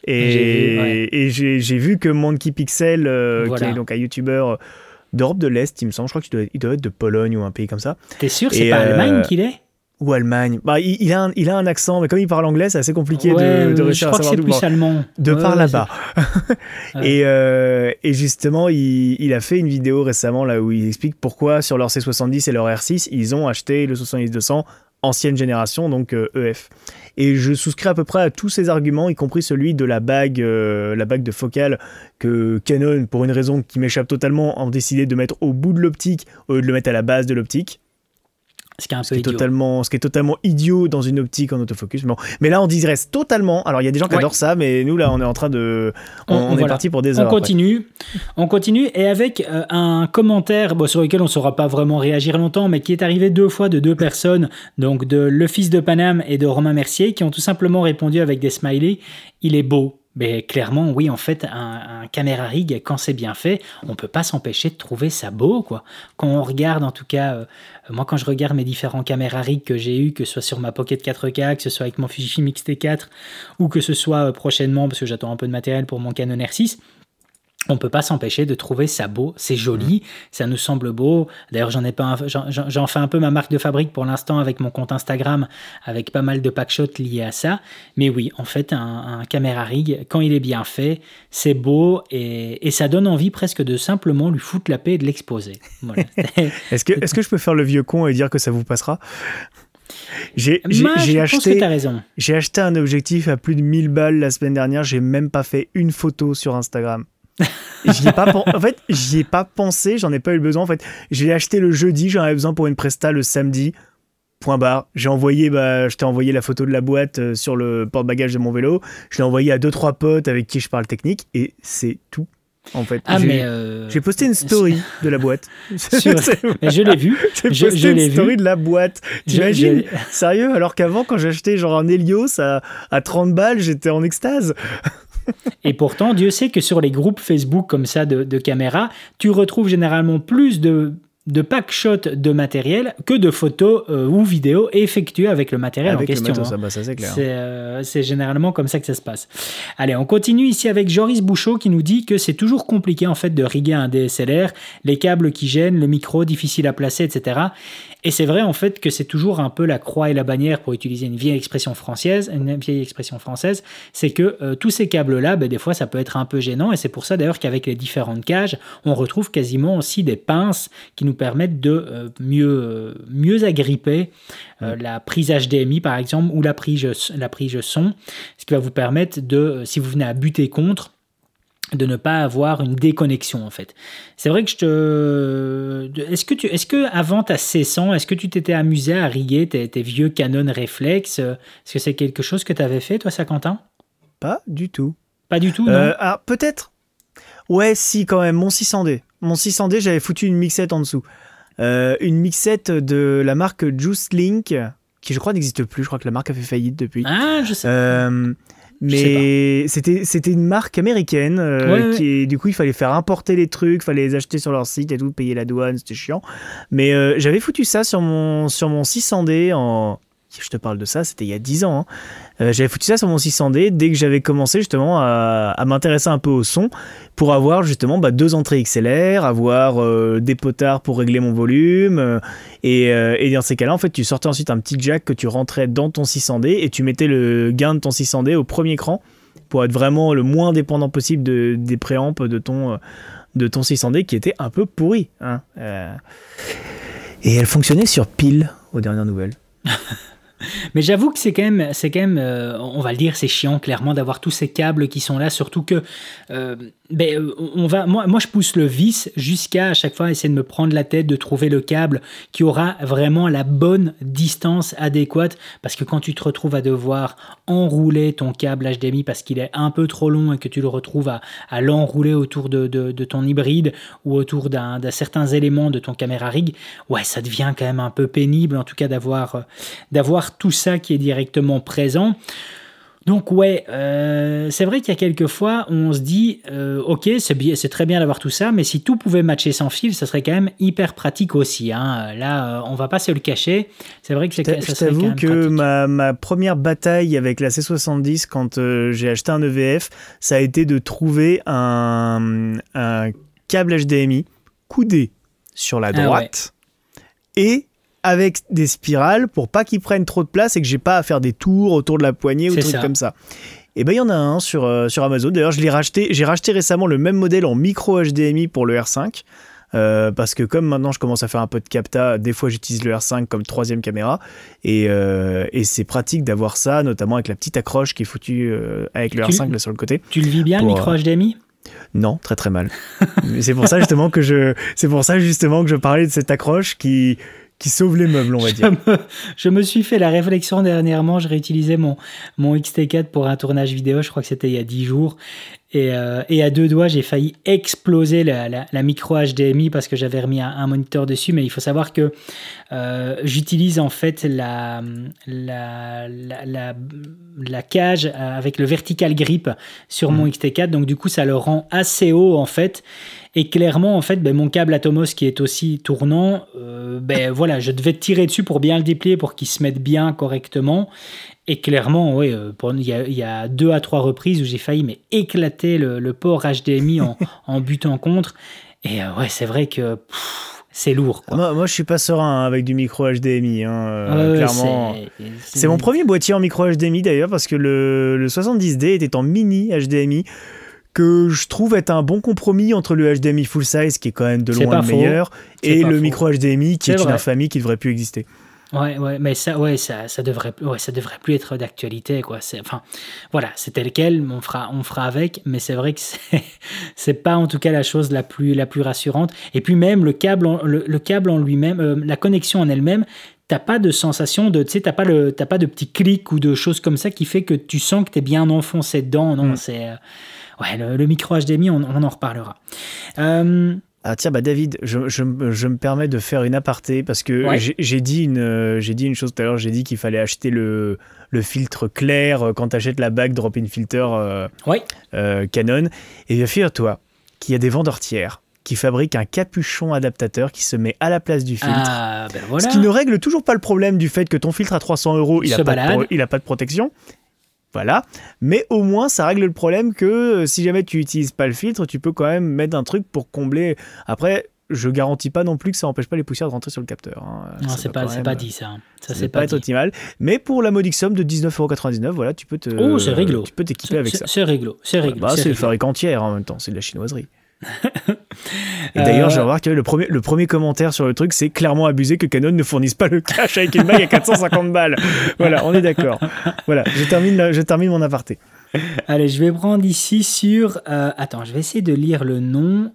et j'ai vu que Monkey Pixel, qui est donc un YouTuber d'Europe de l'Est, il me semble, je crois qu'il doit être de Pologne ou un pays comme ça. T'es sûr, c'est pas Allemagne qu'il est ? Ou Allemagne. Bah, il a un accent, mais comme il parle anglais, c'est assez compliqué de réussir à savoir d'où. Je crois que c'est plus allemand. De par là-bas. Et justement, il a fait une vidéo récemment là où il explique pourquoi sur leur C70 et leur R6, ils ont acheté le 70-200 ancienne génération, donc EF. Et je souscris à peu près à tous ces arguments, y compris celui de la bague de focale que Canon, pour une raison qui m'échappe totalement, ont décidé de mettre au bout de l'optique au lieu de le mettre à la base de l'optique. Ce qui est totalement idiot dans une optique en autofocus. Mais là, on digresse totalement. Alors, il y a des gens qui adorent ça, mais nous, là, on est en train de... On est parti pour des heures. On continue, et avec un commentaire sur lequel on ne saura pas vraiment réagir longtemps, mais qui est arrivé 2 fois de 2 personnes, donc de Le Fils de Paname et de Romain Mercier, qui ont tout simplement répondu avec des smileys. Il est beau. Mais clairement, oui, en fait, un caméra rig, quand c'est bien fait, on peut pas s'empêcher de trouver ça beau, quoi. Quand on regarde, en tout cas, moi, quand je regarde mes différents caméras rig que j'ai eu, que ce soit sur ma Pocket 4K, que ce soit avec mon Fujifilm X-T4, ou que ce soit prochainement, parce que j'attends un peu de matériel pour mon Canon R6, on peut pas s'empêcher de trouver ça beau, c'est joli, ça nous semble beau. D'ailleurs, j'en fais un peu ma marque de fabrique pour l'instant avec mon compte Instagram, avec pas mal de packshots liés à ça. Mais oui, en fait, un caméra rig, quand il est bien fait, c'est beau et ça donne envie presque de simplement lui foutre la paix et de l'exposer. Voilà. Est-ce que je peux faire le vieux con et dire que ça vous passera ? J'ai acheté un objectif à plus de 1000 balles la semaine dernière, j'ai même pas fait une photo sur Instagram. J'y ai pas pensé, j'en ai pas eu le besoin. En fait, je l'ai acheté le jeudi, j'en avais besoin pour une presta le samedi. Point barre. Je t'ai envoyé la photo de la boîte sur le porte-bagages de mon vélo. Je l'ai envoyé à 2-3 potes avec qui je parle technique et c'est tout. en fait. Mais j'ai posté une story de la boîte. Mais je l'ai vu. J'ai posté une story de la boîte. T'imagines? Sérieux? Alors qu'avant, quand j'achetais genre un Helios à 30 balles, j'étais en extase. Et pourtant, Dieu sait que sur les groupes Facebook comme ça de caméras, tu retrouves généralement plus de pack-shots de matériel que de photos ou vidéos effectuées avec le matériel en question. Avec le matos, ça c'est clair. C'est généralement comme ça que ça se passe. Allez, on continue ici avec Joris Bouchot qui nous dit que c'est toujours compliqué en fait de riguer un DSLR, les câbles qui gênent, le micro difficile à placer, etc. Et c'est vrai en fait que c'est toujours un peu la croix et la bannière pour utiliser une vieille expression française, c'est que tous ces câbles-là, des fois ça peut être un peu gênant et c'est pour ça d'ailleurs qu'avec les différentes cages, on retrouve quasiment aussi des pinces qui nous permettent de mieux agripper la prise HDMI par exemple ou la prise son, ce qui va vous permettre de, si vous venez à buter contre, de ne pas avoir une déconnexion en fait. C'est vrai que est-ce que avant ta C100, est-ce que tu t'étais amusé à riguer tes vieux Canon Reflex? Est-ce que c'est quelque chose que tu avais fait toi, ça, Quentin? Pas du tout. Pas du tout, non? Alors peut-être. Ouais, si quand même. Mon 600D. Mon 600D, j'avais foutu une mixette en dessous. Une mixette de la marque Juice Link, qui je crois n'existe plus. Je crois que la marque a fait faillite depuis. Ah, je sais. Mais c'était une marque américaine qui, du coup, il fallait faire importer les trucs, fallait les acheter sur leur site et tout, payer la douane, c'était chiant. Mais j'avais foutu ça sur mon 600D en... Je te parle de ça, c'était il y a 10 ans. J'avais foutu ça sur mon 600D dès que j'avais commencé justement à m'intéresser un peu au son pour avoir justement 2 entrées XLR, avoir des potards pour régler mon volume. Et dans ces cas-là, en fait, tu sortais ensuite un petit jack que tu rentrais dans ton 600D et tu mettais le gain de ton 600D au premier cran pour être vraiment le moins dépendant possible des préamps de ton 600D qui était un peu pourri. Hein. Et elle fonctionnait sur pile aux dernières nouvelles. Mais j'avoue que c'est quand même, on va le dire, c'est chiant clairement d'avoir tous ces câbles qui sont là, surtout que moi je pousse le vis jusqu'à chaque fois essayer de me prendre la tête de trouver le câble qui aura vraiment la bonne distance adéquate, parce que quand tu te retrouves à devoir enrouler ton câble HDMI parce qu'il est un peu trop long et que tu le retrouves à l'enrouler autour de ton hybride ou autour d'un certains éléments de ton caméra rig, ouais, ça devient quand même un peu pénible en tout cas d'avoir tout ça qui est directement présent. Donc ouais, c'est vrai qu'il y a quelques fois où on se dit ok, c'est très bien d'avoir tout ça, mais si tout pouvait matcher sans fil, ça serait quand même hyper pratique aussi. Hein. Là, on va pas se le cacher. C'est vrai que ça serait quand même pratique. Je t'avoue que ma première bataille avec la C70 quand j'ai acheté un EVF, ça a été de trouver un câble HDMI coudé sur la droite et avec des spirales pour pas qu'ils prennent trop de place et que j'ai pas à faire des tours autour de la poignée ou des trucs comme ça. Et il y en a un sur Amazon. D'ailleurs, j'ai racheté récemment le même modèle en micro HDMI pour le R5. Parce que comme maintenant je commence à faire un peu de capta, des fois j'utilise le R5 comme 3e caméra et c'est pratique d'avoir ça, notamment avec la petite accroche qui est foutue avec le R5 là sur le côté. Tu le vis bien, le micro HDMI ? Non, très très mal. C'est pour ça justement que je parlais de cette accroche qui sauve les meubles, on va dire. Je me suis fait la réflexion dernièrement, je réutilisais mon XT4 pour un tournage vidéo, je crois que c'était il y a 10 jours, et à 2 doigts, j'ai failli exploser la micro HDMI parce que j'avais remis un moniteur dessus, mais il faut savoir que j'utilise en fait la cage avec le vertical grip sur mon XT4, donc du coup ça le rend assez haut en fait. Et clairement, en fait, mon câble Atomos qui est aussi tournant, voilà, je devais tirer dessus pour bien le déplier pour qu'il se mette bien correctement. Et clairement, il y a 2 à 3 reprises où j'ai failli éclater le port HDMI en butant contre. Et c'est vrai que c'est lourd, quoi. Moi, je suis pas serein avec du micro HDMI. Clairement. C'est mon premier boîtier en micro HDMI d'ailleurs, parce que le 70D était en mini HDMI. Que je trouve être un bon compromis entre le HDMI full size qui est quand même de loin le meilleur et le micro HDMI qui est une infamie qui devrait plus exister. Mais ça devrait plus être d'actualité, quoi. Voilà, c'est tel quel, on fera avec, mais c'est vrai que c'est pas en tout cas la chose la plus rassurante. Et puis même le câble en lui-même, la connexion en elle-même, t'as pas de sensation de, tu sais, t'as pas de petit clic ou de choses comme ça qui fait que tu sens que t'es bien enfoncé dedans. Non, c'est ouais, le micro HDMI, on en reparlera. Ah tiens, David, je me permets de faire une aparté parce que j'ai dit une chose tout à l'heure. J'ai dit qu'il fallait acheter le filtre clair quand tu achètes la bague drop-in filter Canon. Et bien figure-toi qu'il y a des vendeurs tiers qui fabriquent un capuchon adaptateur qui se met à la place du filtre. Ah, ben voilà. Ce qui ne règle toujours pas le problème du fait que ton filtre à 300 €, il a pas de protection. Voilà, mais au moins ça règle le problème que si jamais tu n'utilises pas le filtre, tu peux quand même mettre un truc pour combler. Après, je garantis pas non plus que ça n'empêche pas les poussières de rentrer sur le capteur. Non, c'est pas dit ça. Ça c'est pas optimal. Mais pour la modique somme de 19,99 €, voilà, tu peux c'est réglo. Tu peux t'équiper avec ça. C'est réglo. C'est le fabricant tiers en même temps, c'est de la chinoiserie. Et d'ailleurs, je remarque que le premier commentaire sur le truc, c'est clairement abusé que Canon ne fournisse pas le cache avec une bague à 450 balles. Voilà, on est d'accord. Voilà, je termine mon aparté. Allez, je vais prendre ici sur... attends, je vais essayer de lire le nom.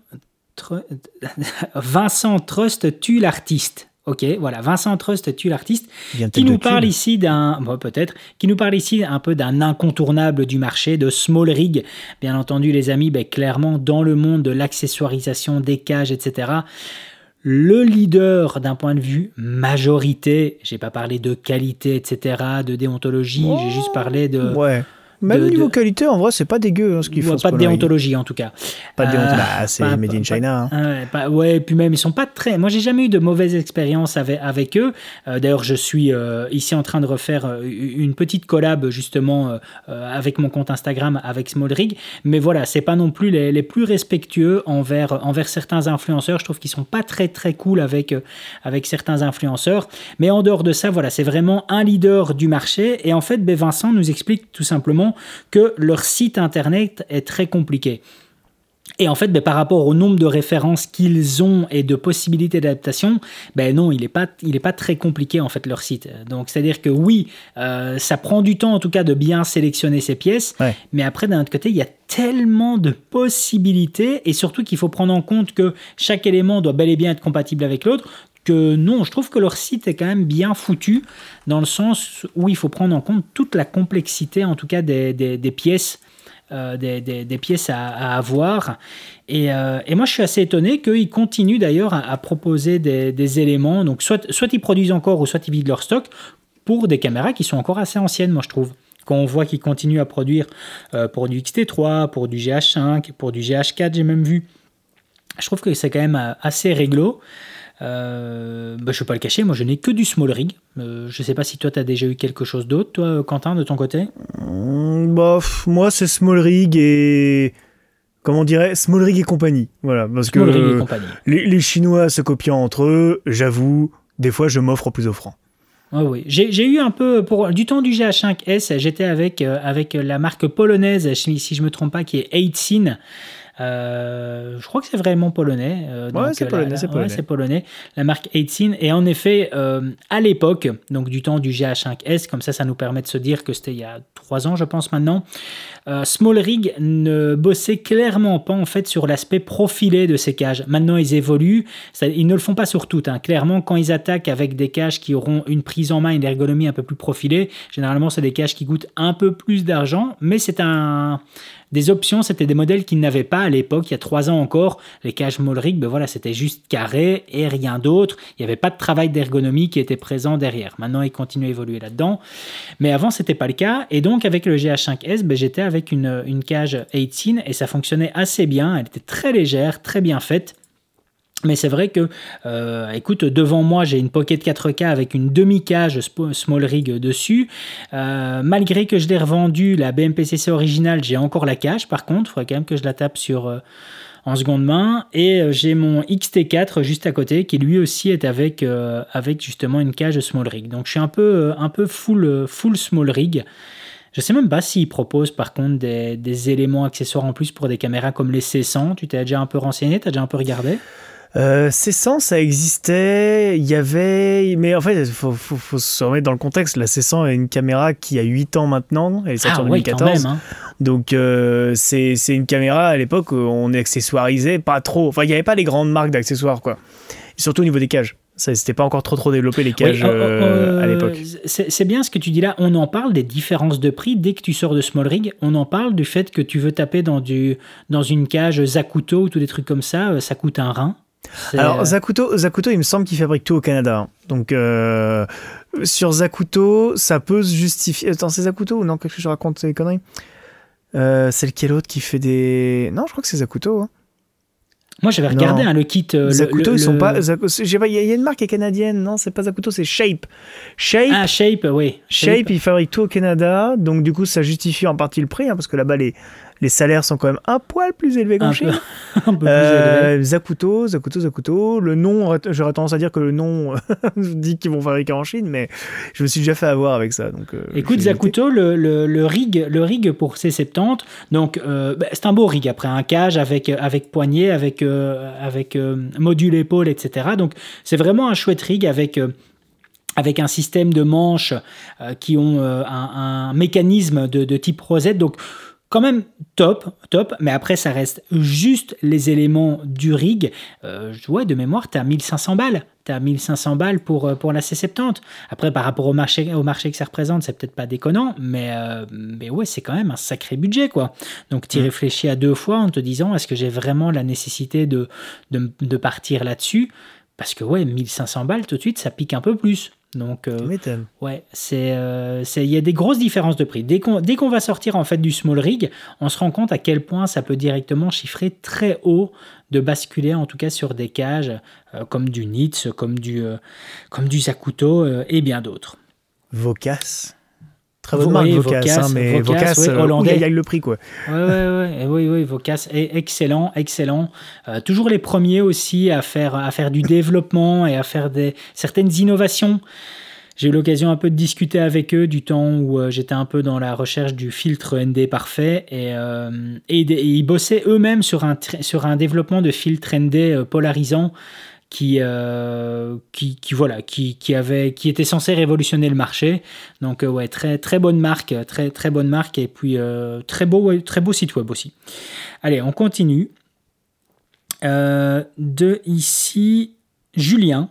Vincent Trust tue l'artiste. Ok, voilà, Vincent Trust tue l'artiste, qui nous parle ici qui nous parle ici un peu d'un incontournable du marché, de Small Rig. Bien entendu, les amis, clairement, dans le monde de l'accessoirisation, des cages, etc., le leader d'un point de vue majorité, j'ai pas parlé de qualité, etc., de déontologie, j'ai juste parlé de... Ouais. Même niveau qualité, en vrai, c'est pas dégueu ce qu'ils font. Pas de déontologie, en tout cas. Pas de déontologie. C'est made in China. Ouais, puis même, ils sont pas très... Moi, j'ai jamais eu de mauvaise expérience avec eux. D'ailleurs, je suis ici en train de refaire une petite collab, justement, avec mon compte Instagram, avec Small Rig. Mais voilà, c'est pas non plus les plus respectueux envers certains influenceurs. Je trouve qu'ils sont pas très, très cool avec certains influenceurs. Mais en dehors de ça, voilà, c'est vraiment un leader du marché. Et en fait, Vincent nous explique tout simplement que leur site internet est très compliqué. Et en fait, par rapport au nombre de références qu'ils ont et de possibilités d'adaptation, non, il est pas très compliqué en fait leur site. Donc c'est-à-dire que oui, ça prend du temps en tout cas de bien sélectionner ces pièces, mais après d'un autre côté, il y a tellement de possibilités et surtout qu'il faut prendre en compte que chaque élément doit bel et bien être compatible avec l'autre. Que non, je trouve que leur site est quand même bien foutu dans le sens où il faut prendre en compte toute la complexité en tout cas des pièces des pièces à avoir et moi je suis assez étonné qu'ils continuent d'ailleurs à proposer des éléments, donc soit ils produisent encore ou soit ils vident leur stock pour des caméras qui sont encore assez anciennes, moi je trouve. Quand on voit qu'ils continuent à produire pour du X-T3, pour du GH5, pour du GH4, j'ai même vu, je trouve que c'est quand même assez réglo. Je ne vais pas le cacher, moi je n'ai que du Small Rig. Je ne sais pas si toi tu as déjà eu quelque chose d'autre, toi Quentin, de ton côté. Moi c'est Small Rig et... Comment on dirait, Small Rig et compagnie. Voilà, parce Small que les Chinois se copiant entre eux, j'avoue, des fois je m'offre au plus offrant. Oui. J'ai eu un peu, du temps du GH5S, j'étais avec la marque polonaise, si je ne me trompe pas, qui est Eitsin. Je crois que c'est vraiment polonais. C'est polonais. La marque Eitsin. Et en effet, à l'époque, donc du temps du GH5S, comme ça nous permet de se dire que c'était il y a 3 ans, je pense maintenant, Small Rig ne bossait clairement pas en fait sur l'aspect profilé de ces cages. Maintenant, ils évoluent. Ils ne le font pas sur toutes. Clairement, quand ils attaquent avec des cages qui auront une prise en main, une ergonomie un peu plus profilée, généralement, c'est des cages qui coûtent un peu plus d'argent, mais c'est des options, c'était des modèles qu'ils n'avaient pas à l'époque, il y a 3 ans encore. Les cages Small Rig, c'était juste carré et rien d'autre. Il n'y avait pas de travail d'ergonomie qui était présent derrière. Maintenant, ils continuent à évoluer là-dedans. Mais avant, ce n'était pas le cas. Et donc, avec le GH5S, j'étais avec une cage Eitsin et ça fonctionnait assez bien. Elle était très légère, très bien faite. Mais c'est vrai que, écoute, devant moi, j'ai une Pocket 4K avec une demi-cage Small Rig dessus. Malgré que je l'ai revendue, la BMPCC originale, j'ai encore la cage. Par contre, il faudrait quand même que je la tape en seconde main. Et j'ai mon XT4 juste à côté, qui lui aussi est avec justement une cage Small Rig. Donc, je suis un peu full Small Rig. Je ne sais même pas s'ils proposent par contre des éléments accessoires en plus pour des caméras comme les C100. Tu t'es déjà un peu renseigné, tu as déjà un peu regardé ? C100, ça existait, il y avait... Mais en fait, il faut se remettre dans le contexte. La C100 est une caméra qui a 8 ans maintenant, elle est sortie en 2014. Quand même, Donc, c'est une caméra, à l'époque, où on accessoirisait pas trop. Enfin, il n'y avait pas les grandes marques d'accessoires, quoi. Et surtout au niveau des cages. Ça, c'était pas encore trop développé les cages à l'époque. C'est bien ce que tu dis là. On en parle des différences de prix dès que tu sors de small rig. On en parle du fait que tu veux taper dans une cage Zacuto ou tous des trucs comme ça. Ça coûte un rein. Alors Zacuto, il me semble qu'il fabrique tout au Canada. Hein. Donc sur Zacuto, ça peut se justifier. Attends, c'est Zacuto ou non? Qu'est-ce que je raconte ces conneries? C'est lequel autre qui fait des... Non, je crois que c'est Zacuto. Hein. Moi, j'avais regardé le kit. Zacuto, ils sont pas. Il y a une marque qui est canadienne, non, c'est pas Zacuto, c'est Shape. Ah, Shape, oui. Shape, ils fabriquent tout au Canada, donc du coup, ça justifie en partie le prix, hein, parce que là-bas, les salaires sont quand même un poil plus élevés qu'en Chine. Un peu plus élevés. Zacuto. Le nom, j'aurais tendance à dire que le nom dit qu'ils vont fabriquer en Chine, mais je me suis déjà fait avoir avec ça. Donc, écoute, Zacuto, le rig pour C70, donc c'est un beau rig après, un cage avec poignée, avec module épaule, etc. Donc c'est vraiment un chouette rig avec un système de manches qui ont un mécanisme de type rosette. Donc quand même top, mais après ça reste juste les éléments du rig. Ouais, de mémoire, t'as 1500 balles. T'as 1500 balles pour la C70. Après, par rapport au marché que ça représente, c'est peut-être pas déconnant, mais ouais, c'est quand même un sacré budget, quoi. Donc, tu réfléchis à deux fois en te disant, est-ce que j'ai vraiment la nécessité de partir là-dessus? Parce que, ouais, 1500 balles, tout de suite, ça pique un peu plus. Donc, ouais, il y a des grosses différences de prix. Dès qu'on va sortir en fait du small rig, on se rend compte à quel point ça peut directement chiffrer très haut de basculer en tout cas sur des cages comme du Nitz, comme du Zacuto et bien d'autres. Vocas. Très bonne marque, Vocas, hein, mais Vocas, hollandais. Il y a le prix, quoi. Oui, Vocas est excellent. Toujours les premiers aussi à faire du développement et à faire certaines innovations. J'ai eu l'occasion un peu de discuter avec eux du temps où j'étais un peu dans la recherche du filtre ND parfait et ils bossaient eux-mêmes sur un développement de filtre ND polarisant qui était censé révolutionner le marché. Donc ouais, très très bonne marque, très bonne marque et puis très beau site web aussi. Allez, on continue. De ici Julien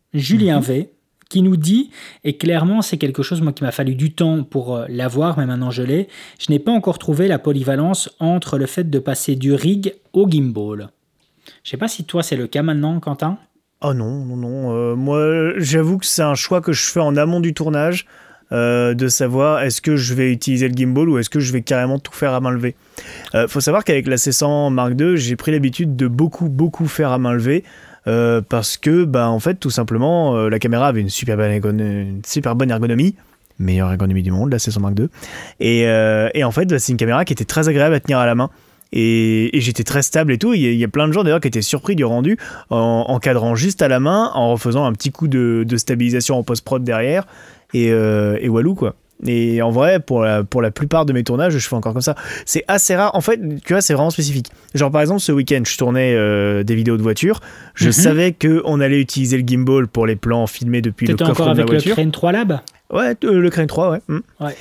V qui nous dit, et clairement c'est quelque chose moi qui m'a fallu du temps pour l'avoir, mais maintenant je l'ai, je n'ai pas encore trouvé la polyvalence entre le fait de passer du rig au gimbal. Je sais pas si toi c'est le cas maintenant, Quentin. Oh non. Moi, j'avoue que c'est un choix que je fais en amont du tournage, de savoir est-ce que je vais utiliser le gimbal ou est-ce que je vais carrément tout faire à main levée. Faut savoir qu'avec la C100 Mark II, j'ai pris l'habitude de beaucoup faire à main levée, parce que, en fait, tout simplement, la caméra avait une super bonne ergonomie. Meilleure ergonomie du monde, la C100 Mark II. Et en fait, c'est une caméra qui était très agréable à tenir à la main. Et j'étais très stable et tout. Il y a plein de gens d'ailleurs qui étaient surpris du rendu en cadrant juste à la main, en refaisant un petit coup de stabilisation en post-prod derrière. Et walou, quoi. Et en vrai, pour la plupart de mes tournages, je fais encore comme ça. C'est assez rare. En fait, tu vois, c'est vraiment spécifique. Genre, par exemple, ce week-end, je tournais des vidéos de voiture. Je savais qu'on allait utiliser le gimbal pour les plans filmés depuis le coffre de la voiture. T'étais encore avec le Crane 3 Lab ? Ouais, le Crane 3, ouais. Ouais.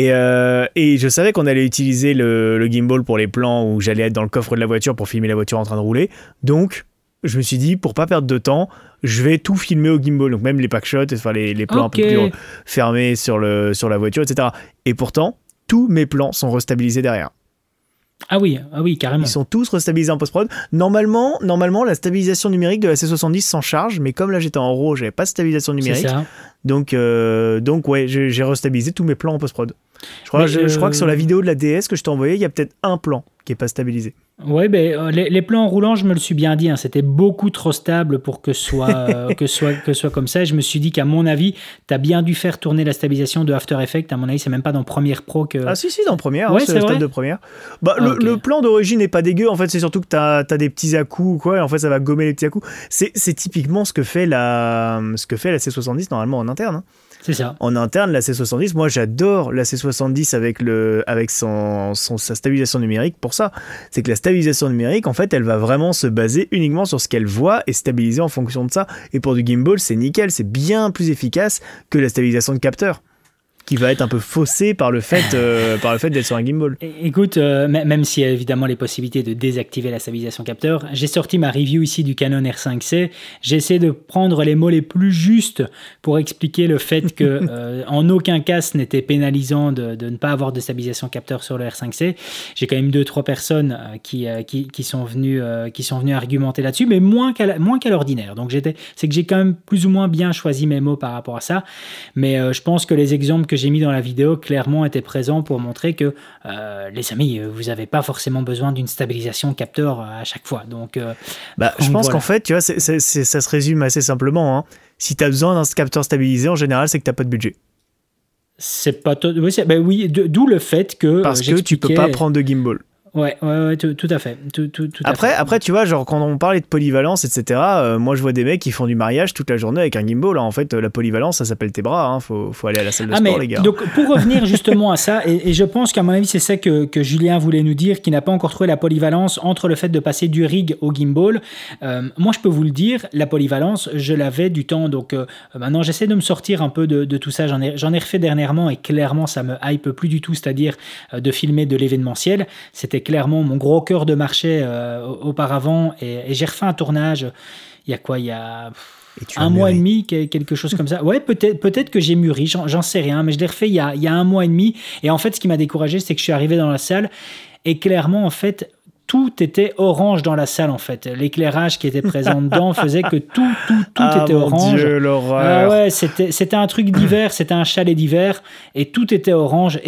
Et je savais qu'on allait utiliser le gimbal pour les plans où j'allais être dans le coffre de la voiture pour filmer la voiture en train de rouler. Donc, je me suis dit, pour pas perdre de temps, je vais tout filmer au gimbal. Donc même les packshots, enfin les plans un peu plus fermés sur la voiture, etc. Et pourtant, tous mes plans sont restabilisés derrière. Ah oui, carrément. Ils sont tous restabilisés en post-prod. Normalement, la stabilisation numérique de la C70 s'en charge, mais comme là j'étais en RAW, j'avais pas de stabilisation numérique. C'est ça. Donc ouais, j'ai restabilisé tous mes plans en post-prod. Je crois que sur la vidéo de la DS que je t'ai envoyée, il y a peut-être un plan qui est pas stabilisé. Ouais, les plans en roulant, je me le suis bien dit, hein, c'était beaucoup trop stable pour que soit comme ça. Et je me suis dit qu'à mon avis, tu as bien dû faire tourner la stabilisation de After Effects. À mon avis, c'est même pas dans Premiere Pro que... Ah si, dans Premiere, ouais, c'est le stade de Premiere. Le plan d'origine n'est pas dégueu, en fait, c'est surtout que tu as des petits à-coups, quoi, et en fait, ça va gommer les petits à-coups. C'est typiquement ce que fait la C70 normalement en interne. Hein. C'est ça. En interne, la C70, moi j'adore la C70 avec sa stabilisation numérique pour ça. C'est que la stabilisation numérique, en fait, elle va vraiment se baser uniquement sur ce qu'elle voit et stabiliser en fonction de ça. Et pour du gimbal, c'est nickel, c'est bien plus efficace que la stabilisation de capteur. qui va être un peu faussé par le fait d'être sur un gimbal. Écoute, même s'il y a évidemment les possibilités de désactiver la stabilisation capteur, j'ai sorti ma review ici du Canon R5C. J'ai essayé de prendre les mots les plus justes pour expliquer le fait que en aucun cas ce n'était pénalisant de ne pas avoir de stabilisation capteur sur le R5C. J'ai quand même 2-3 personnes qui sont venues argumenter là-dessus, mais moins qu'à l'ordinaire. Donc c'est que j'ai quand même plus ou moins bien choisi mes mots par rapport à ça. Mais je pense que les exemples que j'ai mis dans la vidéo clairement étaient présents pour montrer que les amis, vous n'avez pas forcément besoin d'une stabilisation capteur à chaque fois. Donc, je pense qu'en fait, tu vois, ça se résume assez simplement. Hein. Si tu as besoin d'un capteur stabilisé, en général, c'est que tu n'as pas de budget. C'est pas oui, d'où le fait que parce que tu peux pas prendre de gimbal. Ouais, tout à fait. Après, tu vois, genre quand on parlait de polyvalence, etc., moi je vois des mecs qui font du mariage toute la journée avec un gimbal. Hein. En fait, la polyvalence, ça s'appelle tes bras. Hein. Faut aller à la salle de sport, les gars. Donc, pour revenir justement à ça, et je pense qu'à mon avis, c'est ça que Julien voulait nous dire, qu'il n'a pas encore trouvé la polyvalence entre le fait de passer du rig au gimbal. Moi, je peux vous le dire, la polyvalence, je l'avais du temps. Donc, maintenant, j'essaie de me sortir un peu de tout ça. J'en ai refait dernièrement et clairement, ça me hype plus du tout, c'est-à-dire de filmer de l'événementiel. C'était clairement mon gros cœur de marché auparavant et j'ai refait un tournage il y a un mois et demi, quelque chose comme ça. Ouais, peut-être que j'ai mûri, j'en sais rien, mais je l'ai refait il y a un mois et demi et en fait ce qui m'a découragé, c'est que je suis arrivé dans la salle et clairement en fait tout était orange dans la salle en fait. L'éclairage qui était présent dedans faisait que tout était orange. Dieu, l'horreur. Ouais, c'était un truc d'hiver, c'était un chalet d'hiver et tout était orange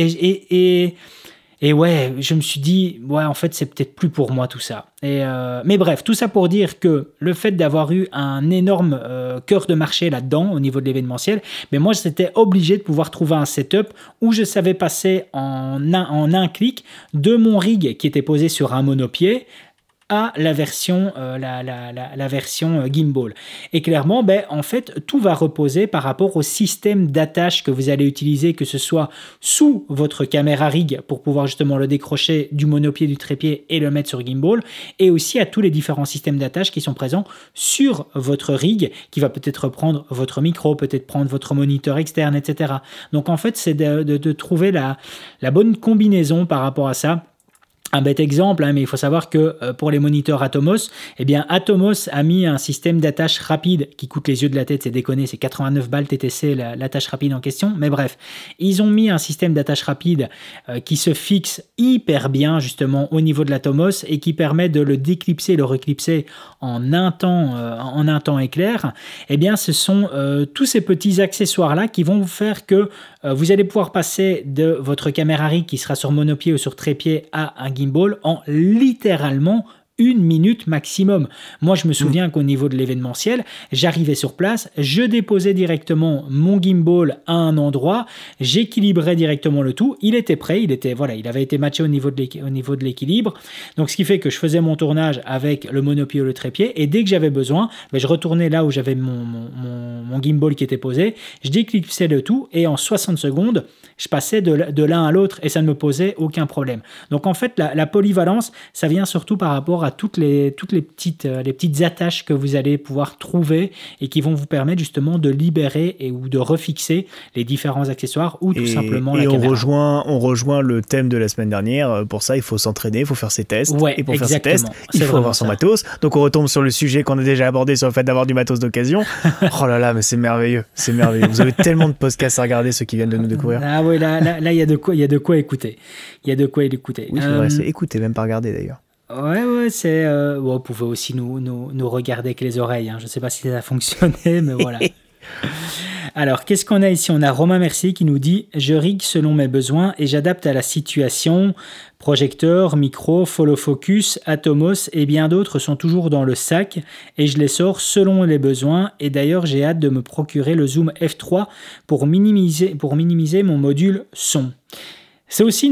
et ouais, je me suis dit, ouais, en fait, c'est peut-être plus pour moi tout ça. Mais bref, tout ça pour dire que le fait d'avoir eu un énorme cœur de marché là-dedans, au niveau de l'événementiel, mais moi, j'étais obligé de pouvoir trouver un setup où je savais passer en un clic de mon rig qui était posé sur un monopied à la version gimbal. Et clairement, en fait, tout va reposer par rapport au système d'attache que vous allez utiliser, que ce soit sous votre caméra rig pour pouvoir justement le décrocher du monopied, du trépied et le mettre sur gimbal, et aussi à tous les différents systèmes d'attache qui sont présents sur votre rig, qui va peut-être prendre votre micro, peut-être prendre votre moniteur externe, etc. Donc en fait, c'est de trouver la bonne combinaison par rapport à ça. Un bête exemple, mais il faut savoir que pour les moniteurs Atomos, Atomos a mis un système d'attache rapide qui coûte les yeux de la tête, c'est déconné, c'est 89 balles TTC l'attache rapide en question, mais bref, ils ont mis un système d'attache rapide qui se fixe hyper bien justement au niveau de l'Atomos et qui permet de le déclipser, le reclipser en un temps éclair. Ce sont tous ces petits accessoires-là qui vont vous faire que vous allez pouvoir passer de votre caméra rig qui sera sur monopied ou sur trépied à un gimbal en littéralement 1 minute maximum. Moi, je me souviens qu'au niveau de l'événementiel, j'arrivais sur place, je déposais directement mon gimbal à un endroit, j'équilibrais directement le tout, il était prêt, il avait été matché au niveau de l'équilibre. Donc, ce qui fait que je faisais mon tournage avec le monopied ou le trépied et dès que j'avais besoin, je retournais là où j'avais mon gimbal qui était posé, je déclipsais le tout et en 60 secondes, je passais de l'un à l'autre et ça ne me posait aucun problème. Donc, en fait, la polyvalence, ça vient surtout par rapport à toutes les petites attaches que vous allez pouvoir trouver et qui vont vous permettre justement de libérer ou de refixer les différents accessoires ou tout simplement la caméra. On rejoint le thème de la semaine dernière. Pour ça, il faut s'entraîner, il faut faire ses tests. Ouais, et pour exactement. faire ses tests, il faut avoir son matos. Donc on retombe sur le sujet qu'on a déjà abordé sur le fait d'avoir du matos d'occasion. Oh là là, mais c'est merveilleux. C'est merveilleux. Vous avez tellement de podcasts à regarder, ceux qui viennent de nous découvrir. Ah oui, là, il y a de quoi écouter. Il y a de quoi écouter. Oui, c'est vrai, c'est écouter, même pas regarder d'ailleurs. Ouais, c'est. Vous pouvez aussi nous regarder avec les oreilles. Hein. Je ne sais pas si ça a fonctionné, mais voilà. Alors, qu'est-ce qu'on a ici ? On a Romain Mercier qui nous dit « Je rig selon mes besoins et j'adapte à la situation. Projecteur, micro, follow focus, Atomos et bien d'autres sont toujours dans le sac et je les sors selon les besoins. Et d'ailleurs, j'ai hâte de me procurer le Zoom F3 pour minimiser mon module son. » C'est aussi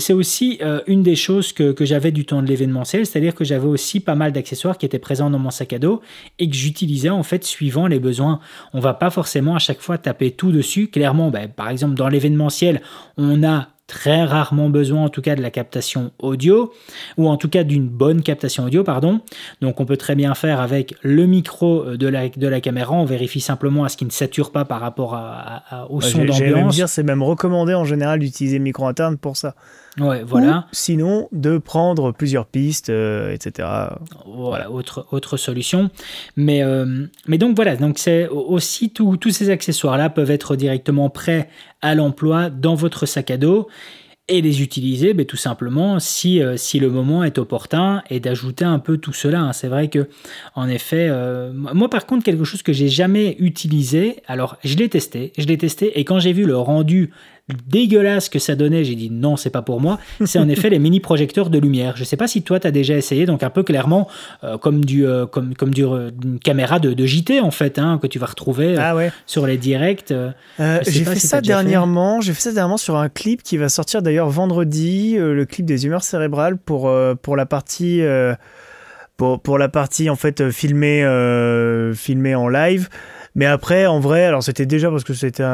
une des choses que j'avais du temps de l'événementiel, c'est-à-dire que j'avais aussi pas mal d'accessoires qui étaient présents dans mon sac à dos et que j'utilisais en fait suivant les besoins. On va pas forcément à chaque fois taper tout dessus. Clairement, par exemple dans l'événementiel, on a très rarement besoin en tout cas de la captation audio, ou en tout cas d'une bonne captation audio, pardon. Donc on peut très bien faire avec le micro de la caméra, on vérifie simplement à ce qu'il ne sature pas par rapport au son d'ambiance. J'allais même dire, c'est même recommandé en général d'utiliser le micro interne pour ça. Ouais, voilà. Ou sinon, de prendre plusieurs pistes, etc. Voilà, autre solution. Mais donc voilà, donc c'est aussi tous ces accessoires-là peuvent être directement prêts à l'emploi dans votre sac à dos et les utiliser tout simplement si le moment est opportun et d'ajouter un peu tout cela. Hein. C'est vrai que en effet, moi par contre, quelque chose que j'ai jamais utilisé, alors je l'ai testé et quand j'ai vu le rendu dégueulasse que ça donnait, j'ai dit non, c'est pas pour moi. C'est en effet les mini projecteurs de lumière. Je sais pas si toi tu as déjà essayé, donc un peu clairement comme une caméra de JT en fait, hein, que tu vas retrouver sur les directs. J'ai fait ça dernièrement. J'ai fait ça dernièrement sur un clip qui va sortir d'ailleurs vendredi, le clip des humeurs cérébrales pour la partie pour la partie en fait filmée en live. Mais après, en vrai, alors c'était déjà parce que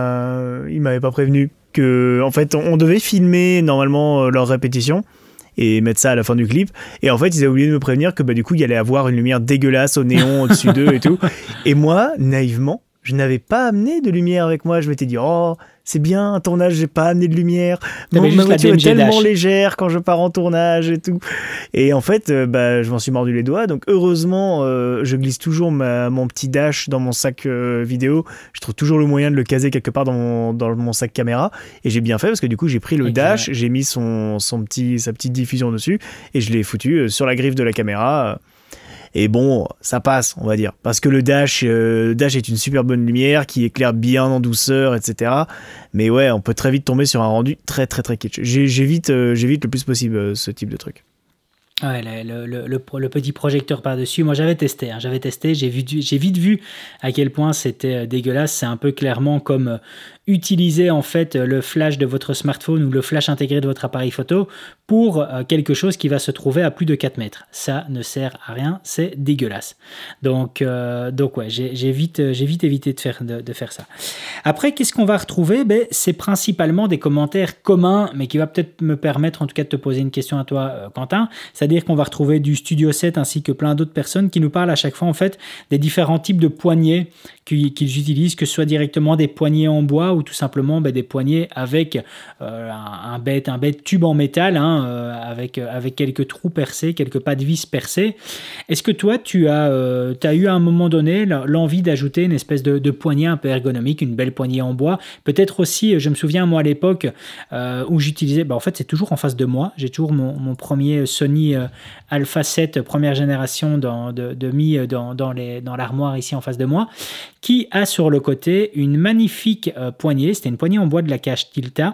il m'avait pas prévenu que, en fait, on devait filmer normalement leur répétition et mettre ça à la fin du clip. Et en fait, ils avaient oublié de me prévenir que du coup, il y allait avoir une lumière dégueulasse au néon au-dessus d'eux et tout. Et moi, naïvement, je n'avais pas amené de lumière avec moi. Je m'étais dit, oh, c'est bien un tournage, j'ai pas amené de lumière. Ma voiture est tellement légère quand je pars en tournage et tout. Et en fait, je m'en suis mordu les doigts. Donc heureusement, je glisse toujours mon petit dash dans mon sac vidéo. Je trouve toujours le moyen de le caser quelque part dans mon sac caméra. Et j'ai bien fait parce que du coup, j'ai pris le dash, j'ai mis sa petite diffusion dessus et je l'ai foutu sur la griffe de la caméra. Et bon, ça passe, on va dire. Parce que le dash est une super bonne lumière qui éclaire bien en douceur, etc. Mais ouais, on peut très vite tomber sur un rendu très très très kitsch. J'évite le plus possible ce type de truc. Ouais, le petit projecteur par-dessus, moi j'avais testé, j'ai vite vu à quel point c'était dégueulasse. C'est un peu clairement comme utiliser en fait le flash de votre smartphone ou le flash intégré de votre appareil photo pour quelque chose qui va se trouver à plus de 4 mètres. Ça ne sert à rien, c'est dégueulasse. Donc ouais, j'ai vite évité de faire ça. Après, qu'est-ce qu'on va retrouver ? C'est principalement des commentaires communs, mais qui va peut-être me permettre en tout cas de te poser une question à toi, Quentin. C'est-à-dire qu'on va retrouver du Studio 7 ainsi que plein d'autres personnes qui nous parlent à chaque fois en fait des différents types de poignées qu'ils utilisent, que ce soit directement des poignées en bois ou tout simplement des poignées avec un bête tube en métal, hein, avec quelques trous percés, quelques pas de vis percés. Est-ce que toi, tu as eu à un moment donné l'envie d'ajouter une espèce de poignée un peu ergonomique, une belle poignée en bois ? Peut-être aussi, je me souviens moi à l'époque où j'utilisais, en fait c'est toujours en face de moi, j'ai toujours mon premier Sony Alpha 7 première génération dans l'armoire ici en face de moi, qui a sur le côté une magnifique poignée. C'était une poignée en bois de la Cache Tilta.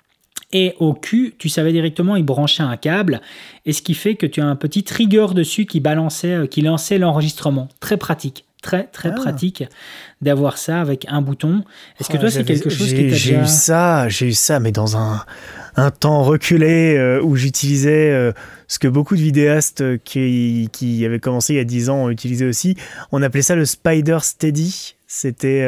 Et au cul, tu savais directement y brancher un câble, et ce qui fait que tu as un petit trigger dessus qui lançait l'enregistrement. Très pratique. Très très pratique d'avoir ça avec un bouton. Est-ce que toi c'est quelque chose qui t'a déjà... J'ai eu ça, mais dans un temps reculé où j'utilisais ce que beaucoup de vidéastes qui avaient commencé il y a 10 ans ont utilisé aussi. On appelait ça le Spider Steady. C'était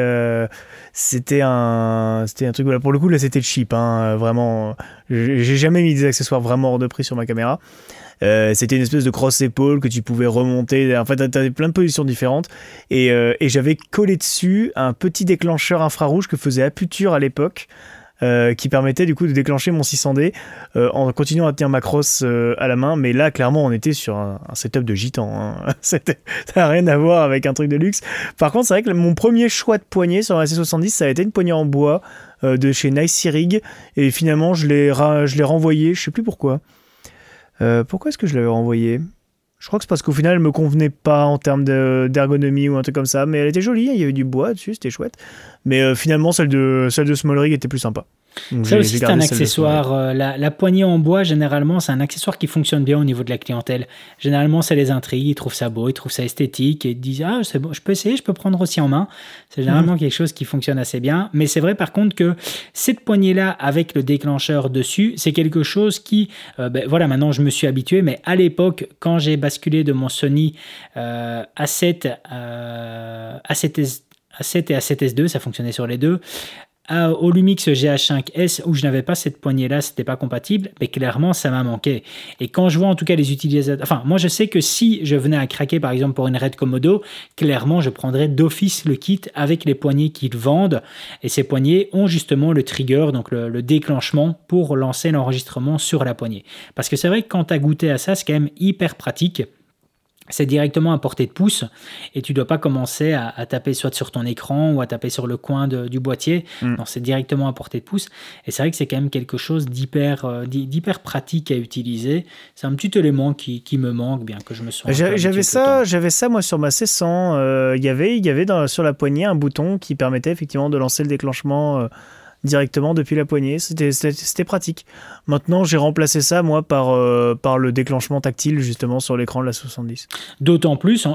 un truc, voilà, pour le coup là c'était cheap, hein, vraiment. J'ai jamais mis des accessoires vraiment hors de prix sur ma caméra. C'était une espèce de cross-épaule que tu pouvais remonter. En fait, tu avais plein de positions différentes. Et j'avais collé dessus un petit déclencheur infrarouge que faisait Aputure à l'époque, qui permettait du coup de déclencher mon 600D en continuant à tenir ma crosse à la main. Mais là, clairement, on était sur un setup de gitan. Hein. Ça n'a rien à voir avec un truc de luxe. Par contre, c'est vrai que mon premier choix de poignée sur un C70, ça a été une poignée en bois de chez Nice Rig. Et finalement, je l'ai renvoyé. Je sais plus pourquoi. Pourquoi est-ce que je l'avais renvoyée ? Je crois que c'est parce qu'au final, elle me convenait pas en termes d'ergonomie ou un truc comme ça. Mais elle était jolie, il y avait du bois dessus, c'était chouette. Mais finalement, celle de Small Rig était plus sympa. Donc ça aussi, c'est un accessoire. La poignée en bois, généralement, c'est un accessoire qui fonctionne bien au niveau de la clientèle. Généralement, ça les intrigue, ils trouvent ça beau, ils trouvent ça esthétique et ils disent « Ah, c'est bon, je peux essayer, je peux prendre aussi en main. » C'est généralement quelque chose qui fonctionne assez bien. Mais c'est vrai, par contre, que cette poignée-là, avec le déclencheur dessus, c'est quelque chose qui... voilà, maintenant, je me suis habitué. Mais à l'époque, quand j'ai basculé de mon Sony A7 et A7S2, ça fonctionnait sur les deux, au Lumix GH5S où je n'avais pas cette poignée-là, c'était pas compatible, mais clairement ça m'a manqué. Et quand je vois en tout cas les utilisateurs, enfin moi je sais que si je venais à craquer par exemple pour une Red Komodo, clairement je prendrais d'office le kit avec les poignées qu'ils vendent, et ces poignées ont justement le trigger, donc le déclenchement pour lancer l'enregistrement sur la poignée. Parce que c'est vrai que quand tu as goûté à ça, c'est quand même hyper pratique. C'est directement à portée de pouce et tu ne dois pas commencer à taper soit sur ton écran ou à taper sur le coin du boîtier. Non, c'est directement à portée de pouce. Et c'est vrai que c'est quand même quelque chose d'hyper pratique à utiliser. C'est un petit élément qui me manque, bien que je me sois... J'avais ça moi sur ma C100. Il y avait sur la poignée un bouton qui permettait effectivement de lancer le déclenchement directement depuis la poignée. C'était pratique. Maintenant, j'ai remplacé ça, moi, par le déclenchement tactile, justement, sur l'écran de la 70. D'autant plus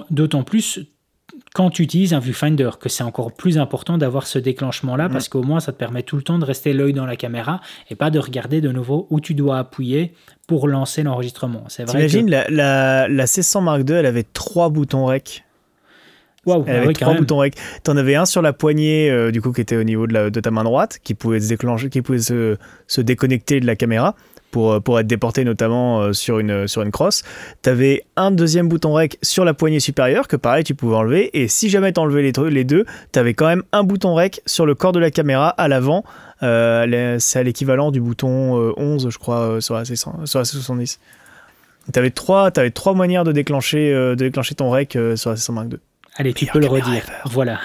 quand tu utilises un viewfinder, que c'est encore plus important d'avoir ce déclenchement-là, parce qu'au moins, ça te permet tout le temps de rester l'œil dans la caméra et pas de regarder de nouveau où tu dois appuyer pour lancer l'enregistrement. T'imagines, la C100 Mark II, elle avait 3 boutons rec. Wow, elle avait 3 boutons rec. T'en avais un sur la poignée, du coup, qui était au niveau de ta main droite, qui pouvait se déclencher, qui pouvait se déconnecter de la caméra pour être déporté notamment sur une crosse. T'avais un deuxième bouton rec sur la poignée supérieure que pareil tu pouvais enlever, et si jamais t'enlevais les deux, t'avais quand même un bouton rec sur le corps de la caméra à l'avant. C'est à l'équivalent du bouton 11, je crois, sur la C70. T'avais trois manières de déclencher ton rec sur la C100 Mark II. Allez, tu peux le redire. Voilà.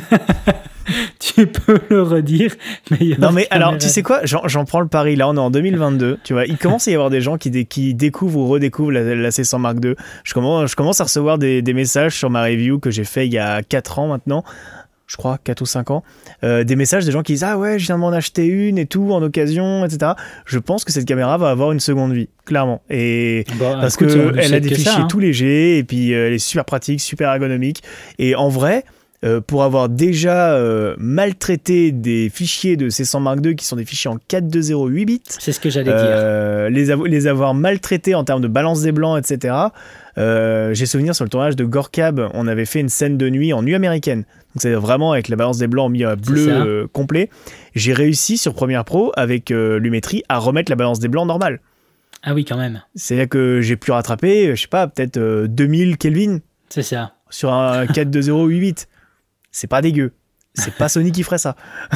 Tu peux le redire. Non, mais alors, tu sais quoi, j'en prends le pari. Là, on est en 2022. Tu vois, il commence à y avoir des gens qui découvrent ou redécouvrent la C100 Mark II. Je commence à recevoir des messages sur ma review que j'ai fait il y a 4 ans maintenant. Je crois, 4 ou 5 ans. Des messages de gens qui disent « Ah ouais, je viens de m'en acheter une et tout, en occasion, etc. » Je pense que cette caméra va avoir une seconde vie, clairement. Parce qu'elle a des fichiers tout légers, et puis elle est super pratique, super ergonomique. Et en vrai, pour avoir déjà maltraité des fichiers de C100 Mark II qui sont des fichiers en 4.2.0 8 bits... C'est ce que j'allais dire. Les avoir maltraités en termes de balance des blancs, etc. J'ai souvenir sur le tournage de Gorkab, on avait fait une scène de nuit en nuit américaine. Donc c'est vraiment avec la balance des blancs mis à bleu complet. J'ai réussi sur Premiere Pro avec Lumetri à remettre la balance des blancs normale. Ah oui, quand même. C'est-à-dire que j'ai pu rattraper, je sais pas, peut-être 2000 Kelvin. C'est ça. Sur un 4.2.0 8 bits. C'est pas dégueu. C'est pas Sony qui ferait ça.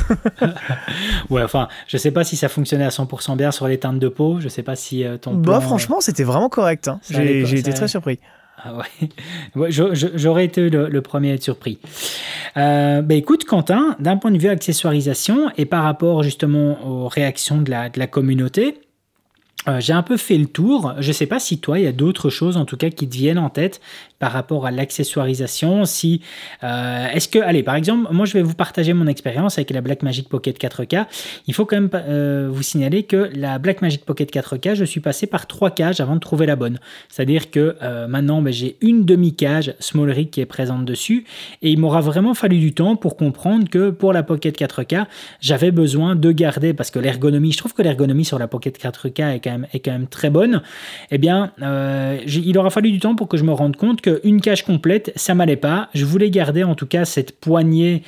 Ouais, enfin, je sais pas si ça fonctionnait à 100% bien sur les teintes de peau. Je sais pas si ton plan... franchement, c'était vraiment correct. Hein. J'ai été très surpris. Ah ouais. J'aurais été le premier à être surpris. Écoute, Quentin, d'un point de vue accessoirisation et par rapport justement aux réactions de la communauté, j'ai un peu fait le tour. Je ne sais pas si toi, il y a d'autres choses en tout cas qui te viennent en tête par rapport à l'accessoirisation. Est-ce que, allez, par exemple, moi je vais vous partager mon expérience avec la Blackmagic Pocket 4K. Il faut quand même vous signaler que la Blackmagic Pocket 4K, je suis passé par 3 cages avant de trouver la bonne. C'est-à-dire que maintenant, j'ai une demi-cage Small Rig qui est présente dessus, et il m'aura vraiment fallu du temps pour comprendre que pour la Pocket 4K, j'avais besoin de garder, parce que l'ergonomie, je trouve que l'ergonomie sur la Pocket 4K est quand même très bonne. Eh bien, il aura fallu du temps pour que je me rende compte qu'une cage complète, ça m'allait pas. Je voulais garder en tout cas cette poignée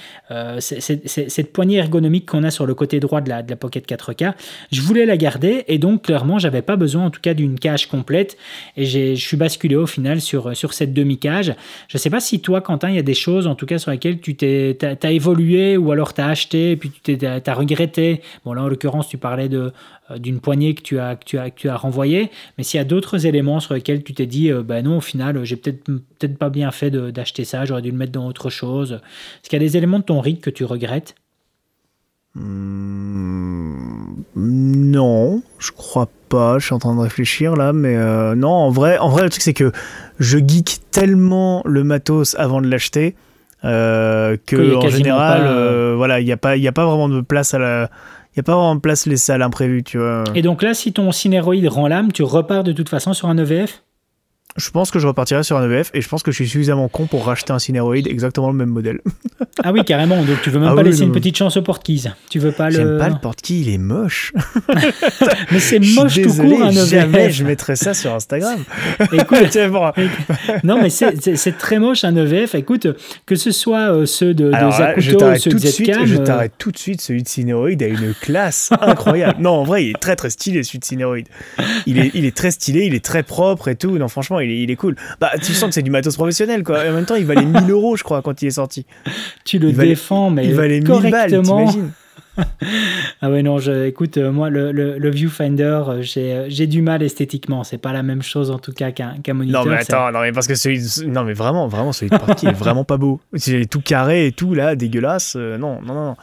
ergonomique qu'on a sur le côté droit de la Pocket 4K. Je voulais la garder, et donc clairement, j'avais pas besoin en tout cas d'une cage complète, et je suis basculé au final sur cette demi-cage. Je sais pas si toi, Quentin, il y a des choses en tout cas sur lesquelles t'as évolué, ou alors t'as acheté et puis t'as regretté. Bon, là en l'occurrence, tu parlais d'une poignée que tu as renvoyée, mais s'il y a d'autres éléments sur lesquels tu t'es dit non, au final j'ai peut-être pas bien fait d'acheter ça, j'aurais dû le mettre dans autre chose. Est-ce qu'il y a des éléments de ton rig que tu regrettes? Non, je crois pas, je suis en train de réfléchir là, mais non, en vrai le truc c'est que je geek tellement le matos avant de l'acheter que en général voilà, il y a pas vraiment de place il n'y a pas vraiment de place laissée à l'imprévu, tu vois. Et donc là, si ton Cineroid rend l'âme, tu repars de toute façon sur un EVF? Je pense que je repartirai sur un EVF et je pense que je suis suffisamment con pour racheter un Cineroid exactement le même modèle. Ah oui, carrément. Donc tu veux même pas laisser une petite chance au porte-keys. Tu veux pas J'aime pas le porte-keys, il est moche. Mais c'est moche tout court un EVF. Jamais je mettrais ça sur Instagram. Écoute, non mais c'est très moche un EVF. Écoute, que ce soit ceux de Zacuto ou ceux de Zcam. Je t'arrête tout de suite, celui de Cineroid a une classe incroyable. Non, en vrai, il est très très stylé celui de Cineroid. Il est très stylé, il est très propre et tout. Non, franchement, il est cool. Bah, tu sens que c'est du matos professionnel, quoi. Et en même temps, il valait 1 000 €, je crois, quand il est sorti. Tu le défends, mais il valait 1 000 balles, t'imagines? Ah ouais, non, écoute, moi, le Viewfinder, j'ai du mal esthétiquement. C'est pas la même chose, en tout cas, qu'un moniteur. Non, mais attends, non, mais parce que non, mais vraiment, celui de partie est vraiment pas beau. C'est tout carré et tout, là, dégueulasse. Non,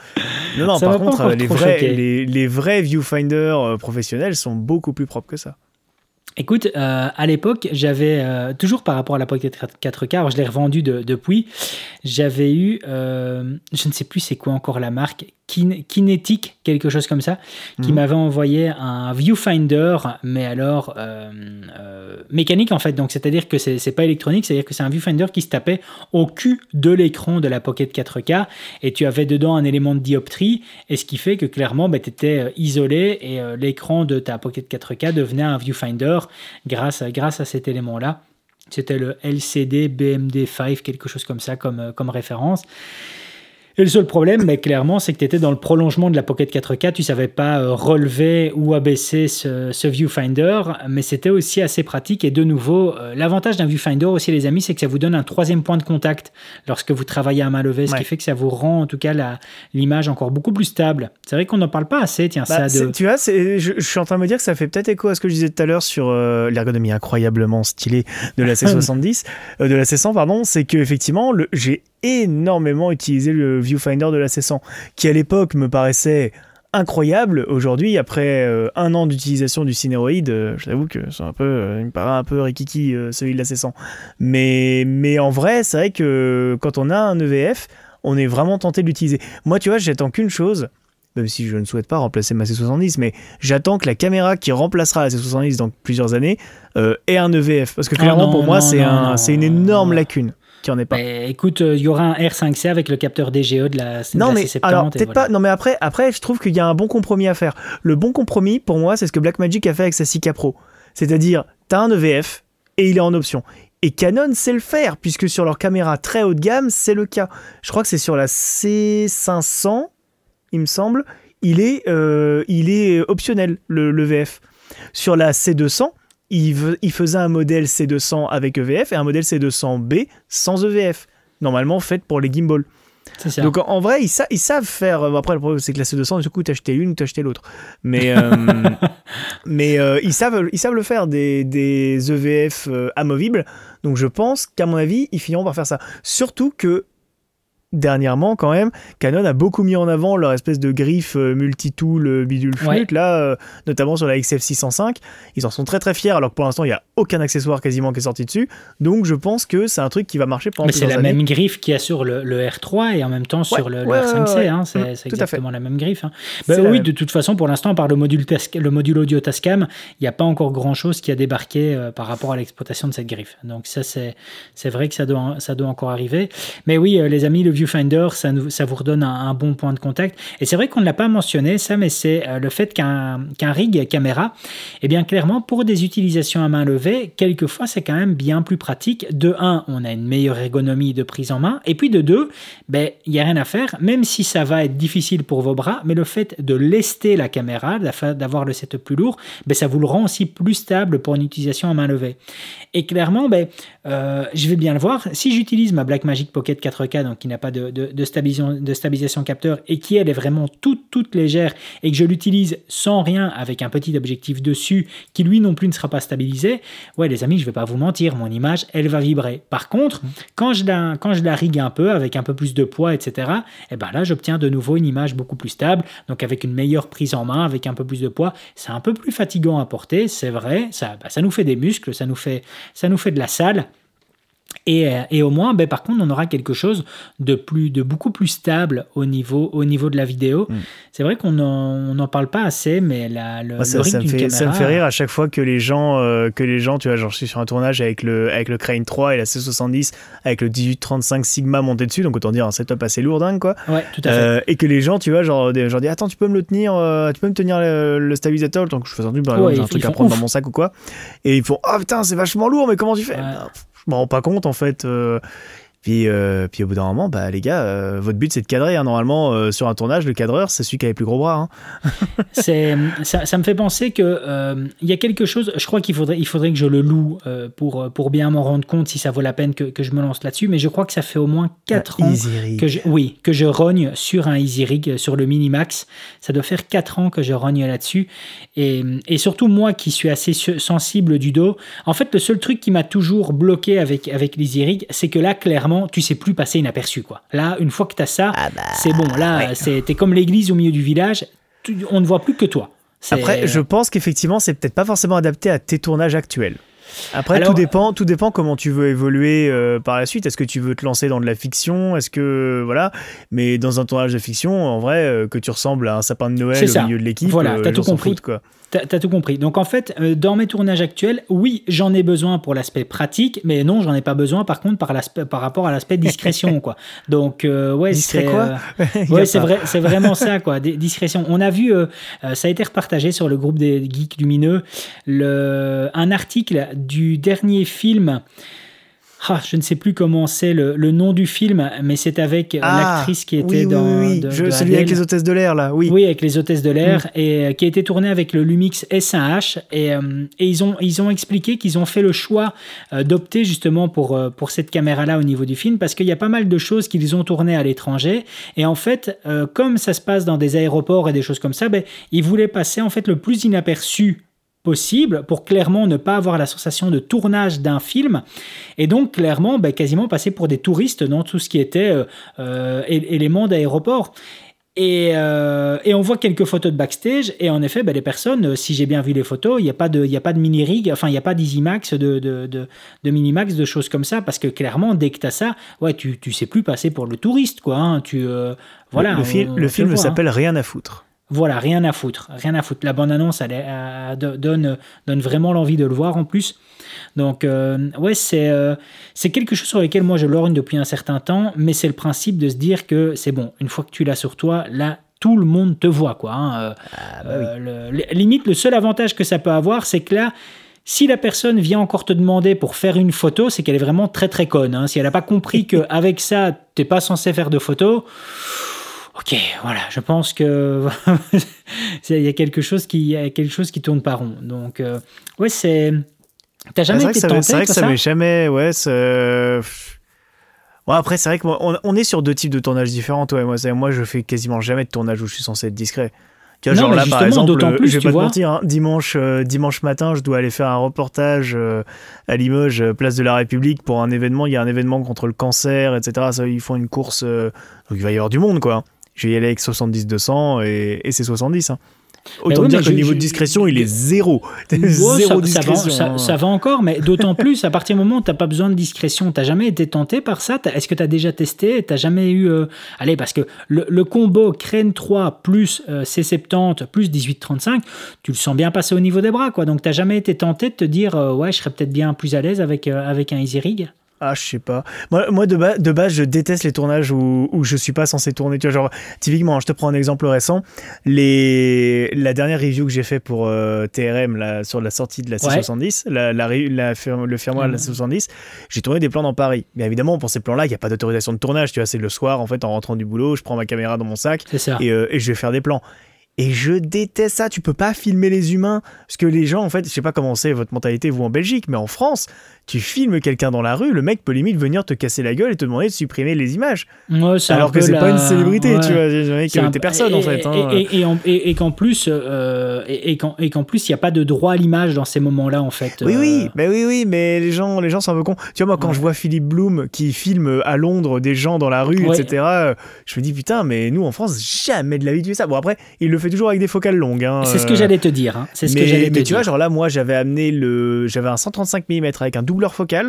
par contre, les vrais Viewfinder professionnels sont beaucoup plus propres que ça. Écoute, à l'époque, j'avais, toujours par rapport à la Pocket 4K, alors je l'ai revendu depuis, j'avais eu, je ne sais plus c'est quoi encore la marque, Kinetic, quelque chose comme ça, qui m'avait envoyé un viewfinder, mais alors mécanique en fait, donc c'est-à-dire que c'est pas électronique, c'est-à-dire que c'est un viewfinder qui se tapait au cul de l'écran de la Pocket 4K, et tu avais dedans un élément de dioptrie, et ce qui fait que clairement, tu étais isolé, et l'écran de ta Pocket 4K devenait un viewfinder grâce à cet élément-là. C'était le LCD BMD5, quelque chose comme ça, comme référence. Et le seul problème, clairement, c'est que tu étais dans le prolongement de la Pocket 4K, tu ne savais pas relever ou abaisser ce viewfinder, mais c'était aussi assez pratique. Et de nouveau, l'avantage d'un viewfinder aussi, les amis, c'est que ça vous donne un 3e point de contact lorsque vous travaillez à main levée, ce qui fait que ça vous rend en tout cas l'image encore beaucoup plus stable. C'est vrai qu'on n'en parle pas assez, tiens, ça. Tu vois, je suis en train de me dire que ça fait peut-être écho à ce que je disais tout à l'heure sur l'ergonomie incroyablement stylée de la C70, de la C100, pardon, c'est qu'effectivement, j'ai énormément utilisé le viewfinder de la C100 qui à l'époque me paraissait incroyable. Aujourd'hui, après 1 an d'utilisation du Cineroid, je t'avoue que c'est il me paraît un peu rikiki celui de la C100, mais en vrai c'est vrai que quand on a un EVF on est vraiment tenté de l'utiliser. Moi tu vois, j'attends qu'une chose, même si je ne souhaite pas remplacer ma C70, mais j'attends que la caméra qui remplacera la C70 dans plusieurs années ait un EVF, parce que clairement pour moi c'est une énorme lacune qui en est pas. Écoute, il y aura un R5C avec le capteur DGE de la C70. Alors peut-être pas. Non mais après, je trouve qu'il y a un bon compromis à faire. Le bon compromis pour moi, c'est ce que Blackmagic a fait avec sa 6K Pro. C'est-à-dire, t'as un EVF et il est en option. Et Canon sait le faire, puisque sur leur caméra très haut de gamme, c'est le cas. Je crois que c'est sur la C500, il me semble, il est optionnel, le VF. Sur la C200, il faisait un modèle C200 avec EVF et un modèle C200B sans EVF, normalement fait pour les gimbals. C'est ça. Donc en vrai, ils savent faire. Après, le problème, c'est que la C200, du coup, t'achetais une ou t'achetais l'autre. Mais ils savent le faire, des EVF amovibles. Donc je pense qu'à mon avis, ils finiront par faire ça. Surtout que dernièrement, quand même, Canon a beaucoup mis en avant leur espèce de griffe multitool bidule flûte, là, notamment sur la XF605. Ils en sont très très fiers, alors que pour l'instant, il n'y a aucun accessoire quasiment qui est sorti dessus. Donc je pense que c'est un truc qui va marcher pendant plusieurs années. Mais c'est la même griffe qu'il y a sur le R3 et en même temps sur le R5C. Hein, c'est exactement la même griffe. Hein. Oui, de toute façon, pour l'instant, par le module audio Tascam, il n'y a pas encore grand-chose qui a débarqué par rapport à l'exploitation de cette griffe. Donc ça, c'est vrai que ça doit encore arriver. Mais oui, les amis, le Viewfinder, ça vous redonne un bon point de contact. Et c'est vrai qu'on ne l'a pas mentionné, ça, mais c'est le fait qu'un rig caméra, eh bien clairement, pour des utilisations à main levée, quelquefois, c'est quand même bien plus pratique. De 1, on a une meilleure ergonomie de prise en main. Et puis de 2, il n'y a rien à faire, même si ça va être difficile pour vos bras, mais le fait de lester la caméra, d'avoir le setup plus lourd, ça vous le rend aussi plus stable pour une utilisation à main levée. Et clairement, je vais bien le voir. Si j'utilise ma Blackmagic Pocket 4K, donc qui n'a pas de stabilisation capteur et qui elle est vraiment toute légère et que je l'utilise sans rien avec un petit objectif dessus qui lui non plus ne sera pas stabilisé, les amis, je vais pas vous mentir, mon image elle va vibrer. Par contre, quand je la rigue un peu avec un peu plus de poids, etc., là j'obtiens de nouveau une image beaucoup plus stable, donc avec une meilleure prise en main, avec un peu plus de poids. C'est un peu plus fatigant à porter, c'est vrai, ça nous fait des muscles, ça nous fait de la salle. Et au moins, par contre, on aura quelque chose de beaucoup plus stable au niveau de la vidéo. C'est vrai qu'on n'en parle pas assez, mais le rig d'une caméra... Ça me fait rire à chaque fois que les gens, tu vois, genre je suis sur un tournage avec le Crane 3 et la C70 avec le 1835 Sigma monté dessus, donc autant dire un setup assez lourd, dingue, quoi. Ouais, tout à fait. Et que les gens, tu vois, genre dis, attends, tu peux me tenir le stabilisateur, tant que je fais un truc, j'ai un truc à prendre dans mon sac ou quoi. Et ils font, oh putain, c'est vachement lourd, mais comment tu fais? Je m'en rends pas compte en fait. Puis au bout d'un moment, les gars, votre but c'est de cadrer. Hein. Normalement, sur un tournage, le cadreur, c'est celui qui a les plus gros bras. Hein. Ça me fait penser que y a quelque chose. Je crois qu'il faudrait que je le loue pour bien m'en rendre compte si ça vaut la peine que je me lance là-dessus. Mais je crois que ça fait au moins 4 ans que je rogne sur un Easy Rig, sur le Minimax. Ça doit faire 4 ans que je rogne là-dessus. Et surtout moi qui suis assez sensible du dos. En fait, le seul truc qui m'a toujours bloqué avec l'Easy Rig, c'est que là, clairement, tu sais plus passer inaperçu, quoi. Là, une fois que tu as ça, c'est bon. Là, t'es comme l'église au milieu du village. On ne voit plus que toi. Après, je pense qu'effectivement, c'est peut-être pas forcément adapté à tes tournages actuels. Après, alors, tout dépend comment tu veux évoluer par la suite. Est-ce que tu veux te lancer dans de la fiction? Est-ce que voilà? Mais dans un tournage de fiction, en vrai, que tu ressembles à un sapin de Noël au milieu de l'équipe, voilà, t'as tout compris. Foutent, quoi. T'as tout compris. Donc en fait, dans mes tournages actuels, oui, j'en ai besoin pour l'aspect pratique, mais non, j'en ai pas besoin par contre par rapport à l'aspect discrétion, quoi. Donc ouais, discret c'est vraiment ça, quoi. Discrétion. On a vu, ça a été repartagé sur le groupe des geeks lumineux, un article du dernier film. Je ne sais plus comment c'est le nom du film, mais c'est avec l'actrice qui était celui avec les hôtesses de l'air, là, oui. Oui, avec les hôtesses de l'air, et qui a été tourné avec le Lumix S1H, et ils ont expliqué qu'ils ont fait le choix d'opter justement pour cette caméra-là au niveau du film, parce qu'il y a pas mal de choses qu'ils ont tournées à l'étranger, et en fait, comme ça se passe dans des aéroports et des choses comme ça, ils voulaient passer en fait le plus inaperçu possible pour clairement ne pas avoir la sensation de tournage d'un film et donc clairement quasiment passer pour des touristes dans tout ce qui était éléments d'aéroport. Et on voit quelques photos de backstage et en effet les personnes, si j'ai bien vu les photos, il n'y a pas de mini rig, enfin il n'y a pas d'Easy Max, de Minimax, de choses comme ça, parce que clairement dès que tu as ça, tu sais plus passer pour le touriste, quoi, hein, voilà. Le film s'appelle Rien à foutre. Voilà, rien à foutre. La bande-annonce, elle donne vraiment l'envie de le voir en plus. Donc, c'est quelque chose sur lequel moi je lorgne depuis un certain temps, mais c'est le principe de se dire que c'est bon, une fois que tu l'as sur toi, là, tout le monde te voit, quoi. Hein. Limite, le seul avantage que ça peut avoir, c'est que là, si la personne vient encore te demander pour faire une photo, c'est qu'elle est vraiment très très conne. Hein. Si elle n'a pas compris qu'avec ça, tu n'es pas censé faire de photos... Ok, voilà, je pense que il y a quelque chose qui tourne pas rond. Donc, c'est... T'as jamais été tenté? C'est vrai que ça m'est jamais... après, c'est vrai qu'on est sur 2 types de tournages différents. Ouais. Moi, je fais quasiment jamais de tournage où je suis censé être discret. Tu vois, genre là, par exemple, je vais pas te mentir, hein, dimanche matin, je dois aller faire un reportage à Limoges, place de la République, pour un événement. Il y a un événement contre le cancer, etc. Ça, ils font une course, donc il va y avoir du monde, quoi. Je vais y aller avec 70-200 et c'est 70. Hein. Autant dire que le niveau de discrétion, il est zéro. Zéro discrétion. Ça va encore, mais d'autant plus, à partir du moment où tu n'as pas besoin de discrétion, tu n'as jamais été tenté par ça? Est-ce que tu as déjà testé? Tu n'as jamais eu... Allez, parce que le combo Crane 3 plus C70 plus 1835, tu le sens bien passer au niveau des bras, quoi. Donc, tu n'as jamais été tenté de te dire je serais peut-être bien plus à l'aise avec un Easy Rig? Ah, je sais pas. Moi de base, je déteste les tournages où je suis pas censé tourner. Tu vois, genre, typiquement, je te prends un exemple récent. La dernière review que j'ai fait pour TRM là, sur la sortie de la C70, le firmware de la C70, j'ai tourné des plans dans Paris. Mais évidemment, pour ces plans-là, il n'y a pas d'autorisation de tournage. Tu vois, c'est le soir, en fait, en rentrant du boulot, je prends ma caméra dans mon sac et je vais faire des plans. Et je déteste ça, tu peux pas filmer les humains. Parce que les gens, en fait, je sais pas comment c'est votre mentalité, vous, en Belgique, mais en France, tu filmes quelqu'un dans la rue, le mec peut limite venir te casser la gueule et te demander de supprimer les images. Ouais, alors que c'est pas une célébrité, tu vois. T'es personne, en fait. Et qu'en plus, il n'y a pas de droit à l'image dans ces moments-là, en fait. Oui, mais les gens sont un peu cons. Tu vois, moi, quand je vois Philippe Bloom qui filme à Londres des gens dans la rue, etc., je me dis, putain, mais nous, en France, jamais de la vie tu fais ça. Bon, après, il le fait toujours avec des focales longues. Hein. C'est ce que j'allais te dire. Hein. Mais tu vois, genre là, moi, j'avais un 135 mm avec un doubleur focal.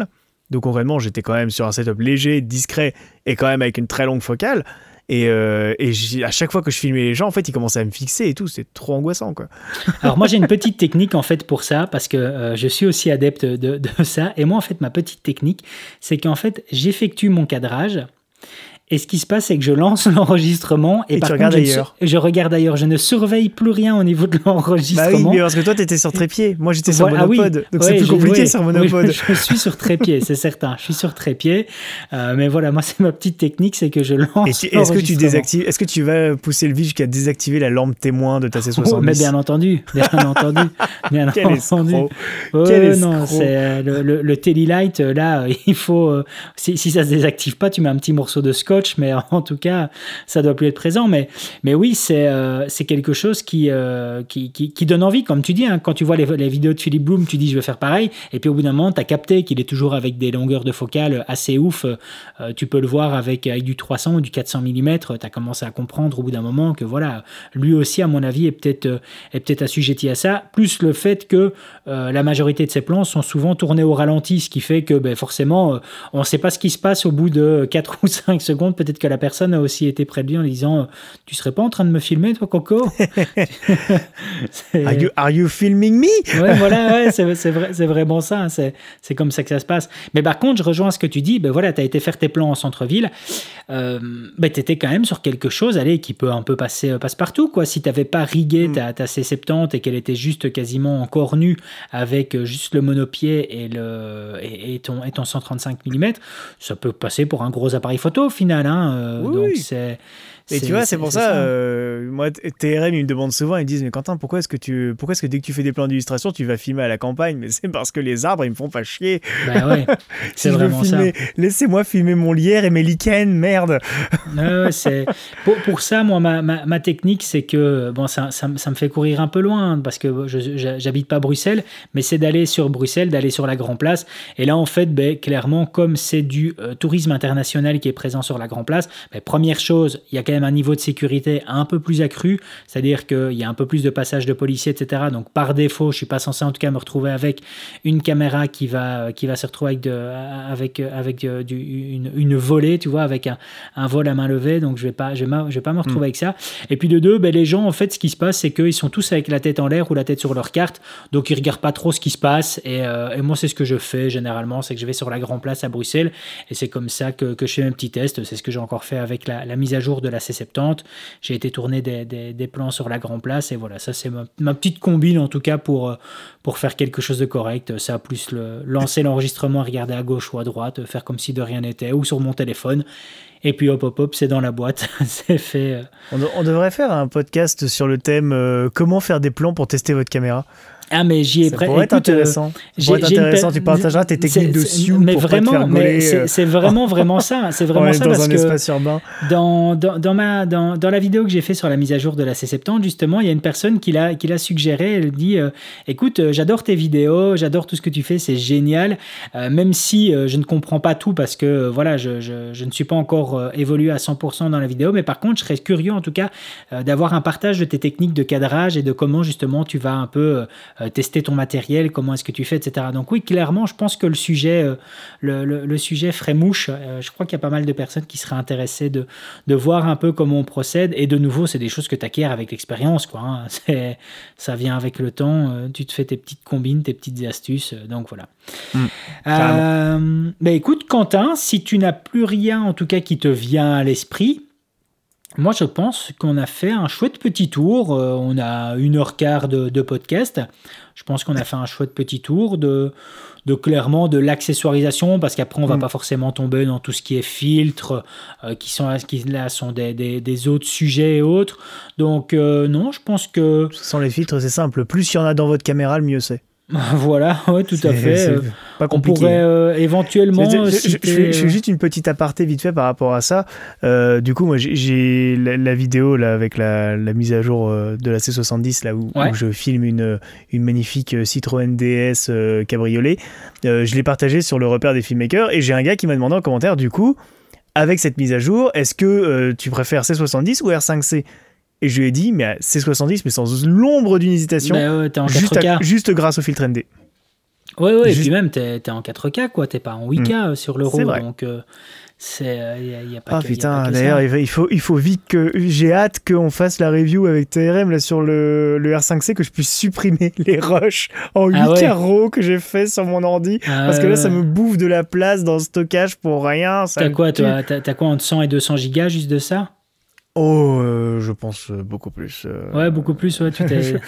Donc concrètement, j'étais quand même sur un setup léger, discret et quand même avec une très longue focale. Et à chaque fois que je filmais les gens, en fait, ils commençaient à me fixer et tout. C'était trop angoissant, quoi. Alors moi, j'ai une petite technique en fait pour ça, parce que je suis aussi adepte de ça. Et moi, en fait, ma petite technique, c'est qu'en fait, j'effectue mon cadrage. Et ce qui se passe, c'est que je lance l'enregistrement et par contre, je regarde ailleurs. Je ne surveille plus rien au niveau de l'enregistrement. Bah oui, mais parce que toi, tu étais sur trépied. Moi, j'étais sur monopode. Donc, c'est plus compliqué sur monopode. Oui, je suis sur trépied, c'est certain. Je suis sur trépied. Mais voilà, moi, c'est ma petite technique, c'est que je lance l'enregistrement. Est-ce que tu vas pousser le vide jusqu'à désactiver la lampe témoin de ta C70 ? Mais bien entendu. Bien entendu. Quel escroc. Non, c'est le Tele Light, là, il faut... si ça se désactive pas, tu mets un petit morceau de scotch, mais en tout cas, ça doit plus être présent. Mais oui, c'est quelque chose qui donne envie, comme tu dis. Hein, quand tu vois les vidéos de Philippe Bloom, tu dis je vais faire pareil. Et puis au bout d'un moment, tu as capté qu'il est toujours avec des longueurs de focale assez ouf. Tu peux le voir avec du 300 ou du 400 mm. Tu as commencé à comprendre au bout d'un moment que voilà, lui aussi, à mon avis, est peut-être assujetti à ça. Plus le fait que la majorité de ses plans sont souvent tournés au ralenti, ce qui fait que forcément, on ne sait pas ce qui se passe au bout de 4 ou 5 secondes. Peut-être que la personne a aussi été près de lui en lui disant tu serais pas en train de me filmer, toi, Coco? Are you filming me? Ouais, voilà, ouais, c'est vraiment ça. C'est comme ça que ça se passe. Mais par contre, je rejoins ce que tu dis. Voilà, tu as été faire tes plans en centre-ville. Tu étais quand même sur quelque chose qui peut un peu passer passe-partout, quoi. Si tu n'avais pas rigué ta C70 et qu'elle était juste quasiment encore nue avec juste le monopied et ton 135 mm, ça peut passer pour un gros appareil photo, final. Oui. Donc Et tu vois, c'est pour ça, moi, TRM, ils me demandent souvent, ils me disent, mais Quentin, pourquoi est-ce que dès que tu fais des plans d'illustration, tu vas filmer à la campagne? Mais c'est parce que les arbres, ils me font pas chier. Bah ouais, c'est vraiment ça. Laissez-moi filmer mon lierre et mes lichens, merde. C'est... Pour ça, moi, ma technique, c'est que, ça me fait courir un peu loin, parce que j'habite pas Bruxelles, mais c'est d'aller sur Bruxelles, d'aller sur la Grand Place. Et là, en fait, clairement, comme c'est du tourisme international qui est présent sur la Grand Place, première chose, il y a quand même un niveau de sécurité un peu plus accru, c'est-à-dire qu'il y a un peu plus de passages de policiers, etc. Donc par défaut, je suis pas censé en tout cas me retrouver avec une caméra qui va se retrouver avec une volée, tu vois, avec un vol à main levée. Donc je vais pas me retrouver avec ça. Et puis de deux, les gens, en fait, ce qui se passe, c'est qu'ils sont tous avec la tête en l'air ou la tête sur leur carte, donc ils regardent pas trop ce qui se passe. Et moi, c'est ce que je fais généralement, c'est que je vais sur la Grand Place à Bruxelles, et c'est comme ça que je fais un petit test. C'est ce que j'ai encore fait avec la mise à jour de la C70. J'ai été tourner des plans sur la Grand Place, et voilà, ça c'est ma petite combine en tout cas pour faire quelque chose de correct. Ça, plus lancer l'enregistrement, regarder à gauche ou à droite, faire comme si de rien n'était, ou sur mon téléphone, et puis hop, c'est dans la boîte. C'est fait. On devrait faire un podcast sur le thème comment faire des plans pour tester votre caméra. Ah, mais j'y ai prêt. Ça pourrait être intéressant. Tu partageras tes techniques de sioux pour vraiment, pas te faire gauler. C'est vraiment ça. C'est vraiment ça, dans parce un que espace urbain. Dans la vidéo que j'ai fait sur la mise à jour de la C70, justement, il y a une personne qui l'a suggéré. Elle dit écoute, j'adore tes vidéos, j'adore tout ce que tu fais, c'est génial. Même si je ne comprends pas tout, parce que voilà, je ne suis pas encore évolué à 100% dans la vidéo, mais par contre, je serais curieux en tout cas d'avoir un partage de tes techniques de cadrage et de comment justement tu vas un peu tester ton matériel, comment est-ce que tu fais, etc. Donc oui, clairement, je pense que le sujet ferait mouche. Je crois qu'il y a pas mal de personnes qui seraient intéressées de voir un peu comment on procède. Et de nouveau, c'est des choses que tu acquiers avec l'expérience, quoi, hein. Ça vient avec le temps. Tu te fais tes petites combines, tes petites astuces. Donc voilà. Écoute, Quentin, si tu n'as plus rien, en tout cas, qui te vient à l'esprit, moi, je pense qu'on a fait un chouette petit tour. On a 1h15 de podcast. Je pense qu'on a fait un chouette petit tour de clairement de l'accessoirisation, parce qu'après, on va pas forcément tomber dans tout ce qui est filtres, qui là sont des autres sujets et autres. Donc, non, je pense que... Sans les filtres, c'est simple. Plus il y en a dans votre caméra, le mieux c'est. Voilà, ouais, tout à fait. C'est pas compliqué. On pourrait éventuellement... Je fais juste une petite aparté vite fait par rapport à ça. Du coup, moi, j'ai la vidéo là, avec la mise à jour de la C70, là où je filme une magnifique Citroën DS cabriolet. Je l'ai partagée sur le repère des filmmakers, et j'ai un gars qui m'a demandé en commentaire, du coup, avec cette mise à jour, est-ce que tu préfères C70 ou R5C ? Et je lui ai dit, mais C70, mais sans l'ombre d'une hésitation, t'es en 4K. Juste grâce au filtre ND. Ouais, et Juste- puis même, t'es en 4K, quoi. T'es pas en 8K sur l'Euro. C'est vrai. Donc, il n'y a pas Ah que, y a putain, pas que d'ailleurs, ça. il faut vite que. J'ai hâte qu'on fasse la review avec TRM là, sur le R5C, que je puisse supprimer les rushs en 8 Ah ouais. carreaux que j'ai fait sur mon ordi. Ah Parce que là, ça ouais. me bouffe de la place dans le stockage pour rien. Ça T'as me quoi, tue. toi? T'as quoi entre 100 et 200 gigas juste de ça? Oh, je pense beaucoup plus. Ouais, beaucoup plus, ouais.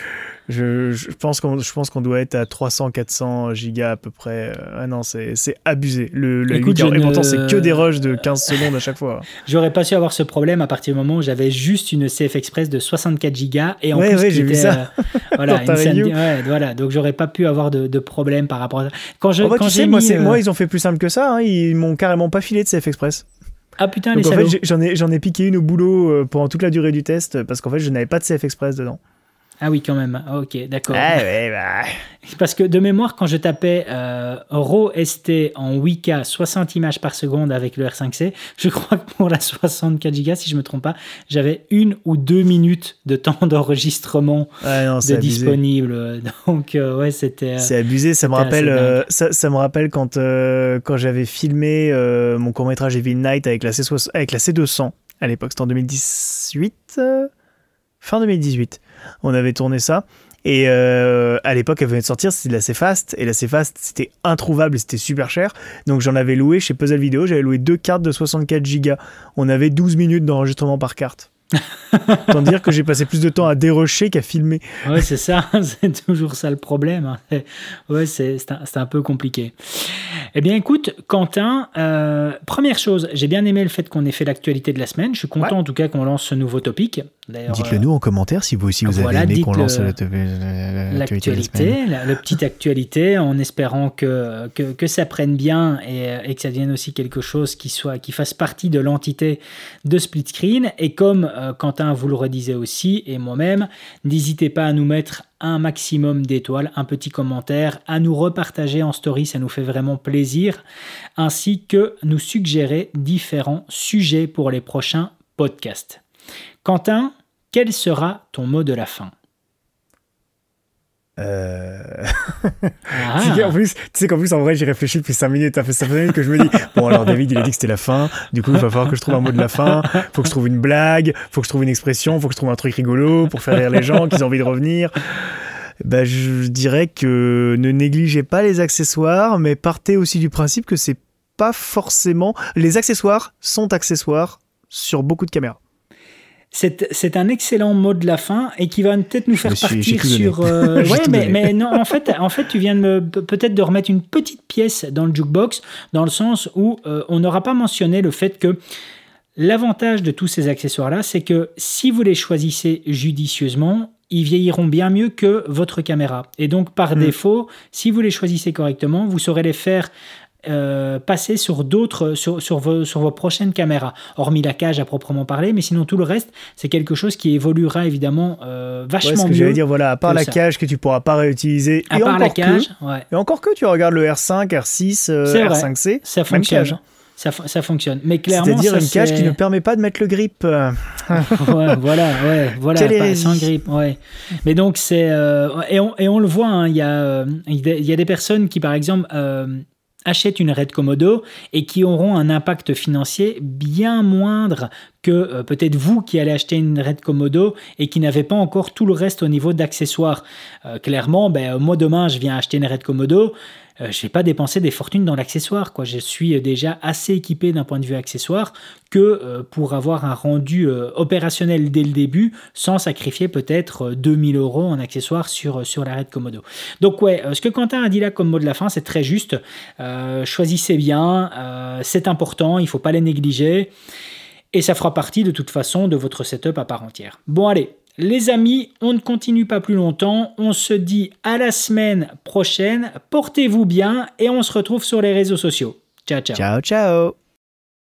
Je pense qu'on doit être à 300-400 gigas à peu près. Ah non, c'est abusé. La Écoute, 8 carreaux. Et pourtant, c'est que des rushs de 15 secondes à chaque fois. J'aurais pas su avoir ce problème à partir du moment où j'avais juste une CF Express de 64 gigas et en Ouais, plus ouais, qui j'ai vu était ça. voilà, Dans ta review. ouais, voilà, donc j'aurais pas pu avoir de problème par rapport à ça. Quand En fait, quand tu sais, j'ai mis moi, ils ont fait plus simple que ça. Hein. Ils m'ont carrément pas filé de CF Express. ah putain les Donc en salauds. fait, j'en ai piqué une au boulot pendant toute la durée du test parce qu'en fait, je n'avais pas de CF Express dedans. Ah oui, quand même. Ah, ok, d'accord. Ouais, bah. Parce que de mémoire, quand je tapais RAW ST en 8K 60 images par seconde avec le R5C, je crois que pour la 64 Go, si je me trompe pas, j'avais 1 ou 2 minutes de temps d'enregistrement Ouais, non, c'est abusé. disponible. Donc, ouais, c'était. C'est abusé. Ça me c'était rappelle, assez dingue. ça me rappelle quand j'avais filmé mon court-métrage Evil Night avec la C200 à l'époque. C'était en 2018. Fin 2018. On avait tourné ça. Et à l'époque, elle venait de sortir, c'était de la C-Fast. Et la C-Fast, c'était introuvable et c'était super cher. Donc j'en avais loué chez Puzzle Video. J'avais loué 2 cartes de 64 Go. On avait 12 minutes d'enregistrement par carte. Autant dire que j'ai passé plus de temps à dérusher qu'à filmer. Ouais, c'est ça, c'est toujours ça le problème. Hein. Ouais, c'est un peu compliqué. Eh bien, écoute, Quentin, première chose, j'ai bien aimé le fait qu'on ait fait l'actualité de la semaine. Je suis content en tout cas qu'on lance ce nouveau topic. Dites-le nous en commentaire si vous aussi vous voilà, avez aimé qu'on lance l'actualité, la petite actualité, en espérant que ça prenne bien et que ça devienne aussi quelque chose qui fasse partie de l'entité de Split Screen. Et comme Quentin vous le redisait aussi, et moi-même, n'hésitez pas à nous mettre un maximum d'étoiles, un petit commentaire, à nous repartager en story, ça nous fait vraiment plaisir, ainsi que nous suggérer différents sujets pour les prochains podcasts. Quentin, quel sera ton mot de la fin ? En plus, tu sais qu'en plus, en vrai, j'y réfléchis depuis 5 minutes. Ça fait 5 minutes que je me dis, bon, alors David, il a dit que c'était la fin. Du coup, il va falloir que je trouve un mot de la fin. Faut que je trouve une blague. Faut que je trouve une expression. Faut que je trouve un truc rigolo pour faire rire les gens qui ont envie de revenir. Ben, je dirais que ne négligez pas les accessoires, mais partez aussi du principe que c'est pas forcément. Les accessoires sont accessoires sur beaucoup de caméras. C'est un excellent mot de la fin et qui va peut-être nous faire partir sur. Ouais, mais non, en fait, tu viens de peut-être de remettre une petite pièce dans le jukebox, dans le sens où on n'aura pas mentionné le fait que l'avantage de tous ces accessoires-là, c'est que si vous les choisissez judicieusement, ils vieilliront bien mieux que votre caméra. Et donc, par défaut, si vous les choisissez correctement, vous saurez les faire passer sur d'autres, sur vos prochaines caméras, hormis la cage à proprement parler, mais sinon tout le reste, c'est quelque chose qui évoluera évidemment vachement mieux. Ce que j'allais dire, voilà, à part la cage que tu pourras pas réutiliser, à part la cage, ouais. Et encore que tu regardes le R5, R6, R5C, ça même cage. Ça fonctionne, mais clairement, c'est-à-dire une cage qui ne permet pas de mettre le grip. voilà, sans grip, ouais. Mais donc c'est et on le voit, hein, il y a des personnes qui par exemple achètent une Red Komodo et qui auront un impact financier bien moindre que peut-être vous qui allez acheter une Red Komodo et qui n'avez pas encore tout le reste au niveau d'accessoires. Clairement, moi demain je viens acheter une Red Komodo, je ne vais pas dépenser des fortunes dans l'accessoire, quoi. Je suis déjà assez équipé d'un point de vue accessoire que pour avoir un rendu opérationnel dès le début sans sacrifier peut-être 2000 € en accessoires sur la Red Komodo. Donc ouais, ce que Quentin a dit là comme mot de la fin, c'est très juste. Choisissez bien, c'est important, il ne faut pas les négliger. Et ça fera partie de toute façon de votre setup à part entière. Bon allez, les amis, on ne continue pas plus longtemps. On se dit à la semaine prochaine. Portez-vous bien et on se retrouve sur les réseaux sociaux. Ciao, ciao. Ciao, ciao.